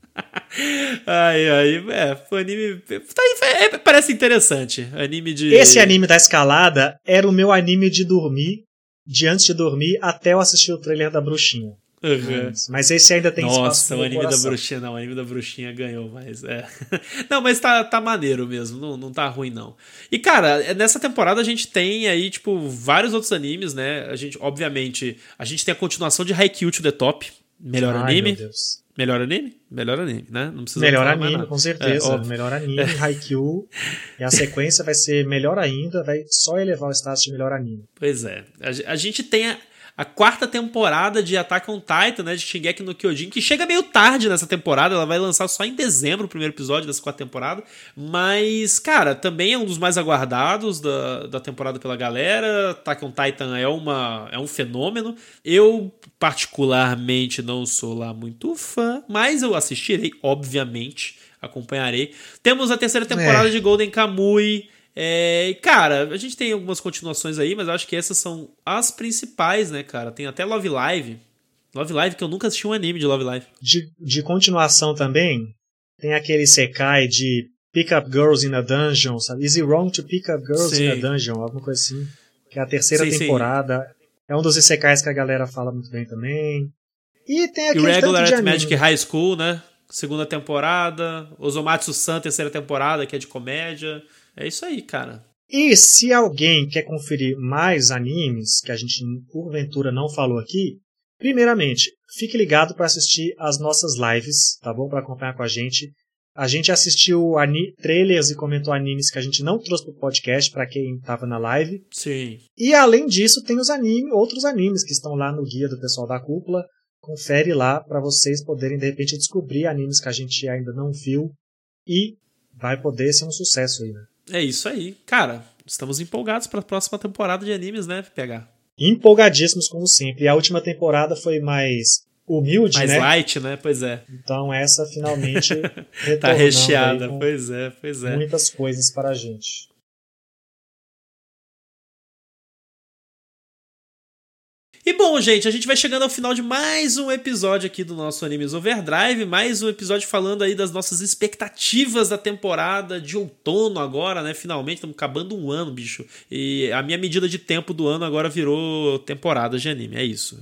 Speaker 1: Ai, ai, é, foi anime. Tá, é, parece interessante. Anime de.
Speaker 2: Esse anime da escalada era o meu anime de dormir, de antes de dormir, até eu assistir o trailer da Bruxinha.
Speaker 1: Uhum.
Speaker 2: Mas, mas esse ainda tem
Speaker 1: Nossa,
Speaker 2: espaço no
Speaker 1: o anime
Speaker 2: coração.
Speaker 1: da Bruxinha, não, o anime da Bruxinha ganhou, mas é. Não, mas tá, tá maneiro mesmo, não, não tá ruim, não. E, cara, nessa temporada a gente tem aí, tipo, vários outros animes, né? A gente, obviamente, a gente tem a continuação de Haikyuu to the Top, melhor
Speaker 2: Ai,
Speaker 1: anime.
Speaker 2: meu Deus.
Speaker 1: Melhor anime? Melhor anime, né? Não precisa
Speaker 2: Melhor
Speaker 1: falar mais
Speaker 2: anime,
Speaker 1: nada.
Speaker 2: com certeza.
Speaker 1: É,
Speaker 2: melhor anime, Haikyuu. E a sequência vai ser melhor ainda, vai só elevar o status de melhor anime.
Speaker 1: Pois é. A, a gente tem a, a quarta temporada de Attack on Titan, né? De Shingeki no Kyojin, que chega meio tarde nessa temporada. Ela vai lançar só em dezembro o primeiro episódio dessa quarta temporada. Mas, cara, também é um dos mais aguardados da, da temporada pela galera. Attack on Titan é, uma, é um fenômeno. Eu, particularmente, não sou lá muito fã, mas eu assistirei, obviamente. Acompanharei. Temos a terceira temporada é. de Golden Kamuy. É, cara, a gente tem algumas continuações aí, mas eu acho que essas são as principais, né, cara? Tem até Love Live. Love Live, que eu nunca assisti um anime de Love Live.
Speaker 2: De, de continuação também, tem aquele Sekai de Pick Up Girls in a Dungeon, sabe? Is it wrong to pick up girls sim. in a dungeon? Alguma coisa assim. Que é a terceira sim, temporada. Sim. É um dos Isekais que a galera fala muito bem também. E tem aquele
Speaker 1: Irregular
Speaker 2: tanto de
Speaker 1: Magic High School, né? Segunda temporada. Ozomatsu-san, terceira temporada, que é de comédia. É isso aí, cara.
Speaker 2: E se alguém quer conferir mais animes, que a gente porventura não falou aqui, primeiramente, fique ligado para assistir as nossas lives, tá bom? Para acompanhar com a gente. A gente assistiu ani- trailers e comentou animes que a gente não trouxe pro podcast para quem estava na live.
Speaker 1: Sim.
Speaker 2: E além disso, tem os anime, outros animes que estão lá no guia do pessoal da Cúpula. Confere lá para vocês poderem, de repente, descobrir animes que a gente ainda não viu. E vai poder ser um sucesso aí, né?
Speaker 1: É isso aí. Cara, estamos empolgados para a próxima temporada de animes, né, P H?
Speaker 2: Empolgadíssimos, como sempre. E a última temporada foi mais humilde,
Speaker 1: mais
Speaker 2: né?
Speaker 1: Mais light, né? Pois é.
Speaker 2: Então essa finalmente
Speaker 1: tá recheada. Pois é, pois é.
Speaker 2: Muitas coisas para a gente.
Speaker 1: E bom, gente, a gente vai chegando ao final de mais um episódio aqui do nosso Animes Overdrive, mais um episódio falando aí das nossas expectativas da temporada de outono agora, né? Finalmente, estamos acabando um ano, bicho. E a minha medida de tempo do ano agora virou temporada de anime, é isso.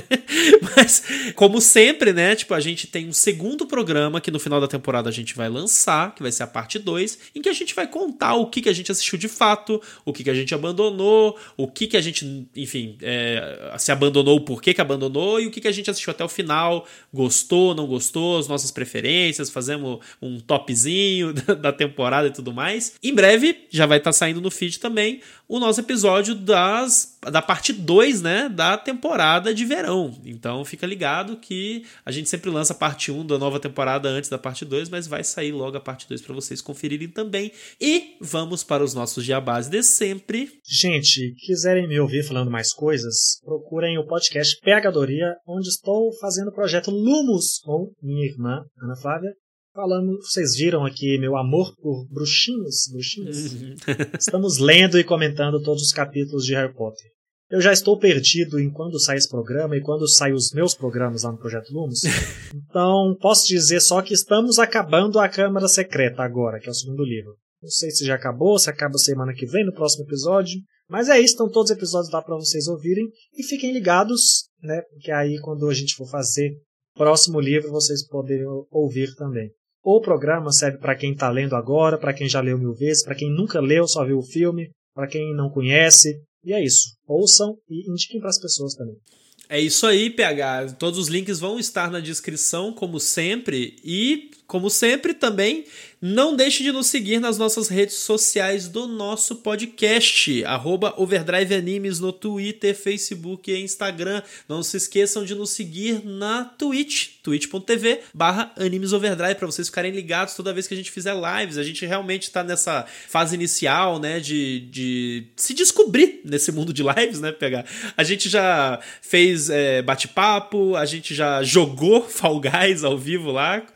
Speaker 1: Mas, como sempre, né? Tipo, a gente tem um segundo programa que no final da temporada a gente vai lançar, que vai ser a parte dois, em que a gente vai contar o que, que a gente assistiu de fato, o que, que a gente abandonou, o que, que a gente, enfim, é, se abandonou, o porquê que abandonou e o que, que a gente assistiu até o final, gostou, não gostou, as nossas preferências, fazemos um topzinho da temporada e tudo mais. Em breve, já vai estar saindo no feed também o nosso episódio das, da parte dois, né, da temporada de verão. Então fica ligado que a gente sempre lança a parte um da nova temporada antes da parte dois, mas vai sair logo a parte dois para vocês conferirem também. E vamos para os nossos jabás de sempre.
Speaker 2: Gente, quiserem me ouvir falando mais coisas, procurem o podcast Pegadoria, onde estou fazendo o projeto Lumos com minha irmã, Ana Flávia. Falando, vocês viram aqui meu amor por bruxinhos, bruxinhos. Uhum. Estamos lendo e comentando todos os capítulos de Harry Potter. Eu já estou perdido em quando sai esse programa e quando saem os meus programas lá no Projeto Lumos. Então, posso dizer só que estamos acabando a Câmara Secreta agora, que é o segundo livro. Não sei se já acabou, se acaba semana que vem, no próximo episódio. Mas é isso, estão todos os episódios lá para vocês ouvirem. E fiquem ligados, né? Porque aí quando a gente for fazer o próximo livro, vocês poderem ouvir também. O programa serve para quem está lendo agora, para quem já leu mil vezes, para quem nunca leu, só viu o filme, para quem não conhece. E é isso. Ouçam e indiquem para as pessoas também.
Speaker 1: É isso aí, P H. Todos os links vão estar na descrição, como sempre. E, como sempre, também não deixe de nos seguir nas nossas redes sociais do nosso podcast. Arroba Overdrive Animes no Twitter, Facebook e Instagram. Não se esqueçam de nos seguir na Twitch, twitch.tv barra Animes Overdrive, para vocês ficarem ligados toda vez que a gente fizer lives. A gente realmente está nessa fase inicial, né, de, de se descobrir nesse mundo de lives, né, P H? A gente já fez é, bate-papo, a gente já jogou Fall Guys ao vivo lá,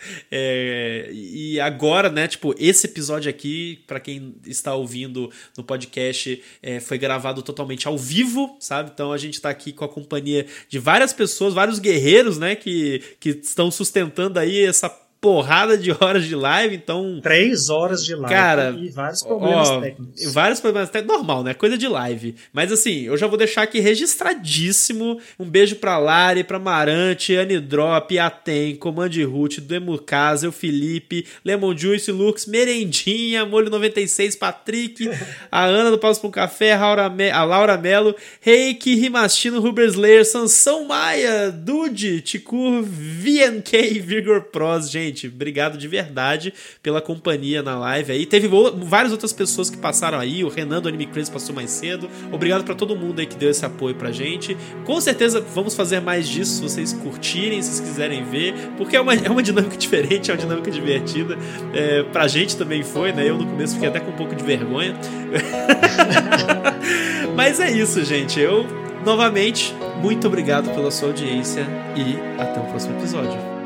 Speaker 1: é, e agora, né, tipo, esse episódio aqui, pra quem está ouvindo no podcast, é, foi gravado totalmente ao vivo, sabe? Então a gente tá aqui com a companhia de várias pessoas, vários guerreiros, né, que, que estão sustentando aí essa porrada de horas de live, então...
Speaker 2: Três horas de live,
Speaker 1: cara,
Speaker 2: e vários problemas
Speaker 1: ó,
Speaker 2: técnicos.
Speaker 1: Vários problemas técnicos, normal, né? Coisa de live. Mas assim, eu já vou deixar aqui registradíssimo. Um beijo pra Lari, pra Marante, Anidrop, Aten, Command Root, Demurcasa, o Felipe, Lemon Juice, Lux, Merendinha, Molho noventa e seis, Patrick, a Ana do Pausa pra um Café, a Laura, Me- a Laura Melo, Reiki, Rimastino, Ruber Slayer, Sansão Maia, Dude, Ticur, V N K, Vigor Pros, gente. Gente, obrigado de verdade pela companhia na live aí. Teve várias outras pessoas que passaram aí. O Renan do Anime Crazy passou mais cedo. Obrigado pra todo mundo aí que deu esse apoio pra gente. Com certeza vamos fazer mais disso se vocês curtirem, se vocês quiserem ver, porque é uma, é uma dinâmica diferente, é uma dinâmica divertida. É, pra gente também foi, né? Eu no começo fiquei até com um pouco de vergonha. Mas é isso, gente. Eu, novamente, muito obrigado pela sua audiência e até o próximo episódio.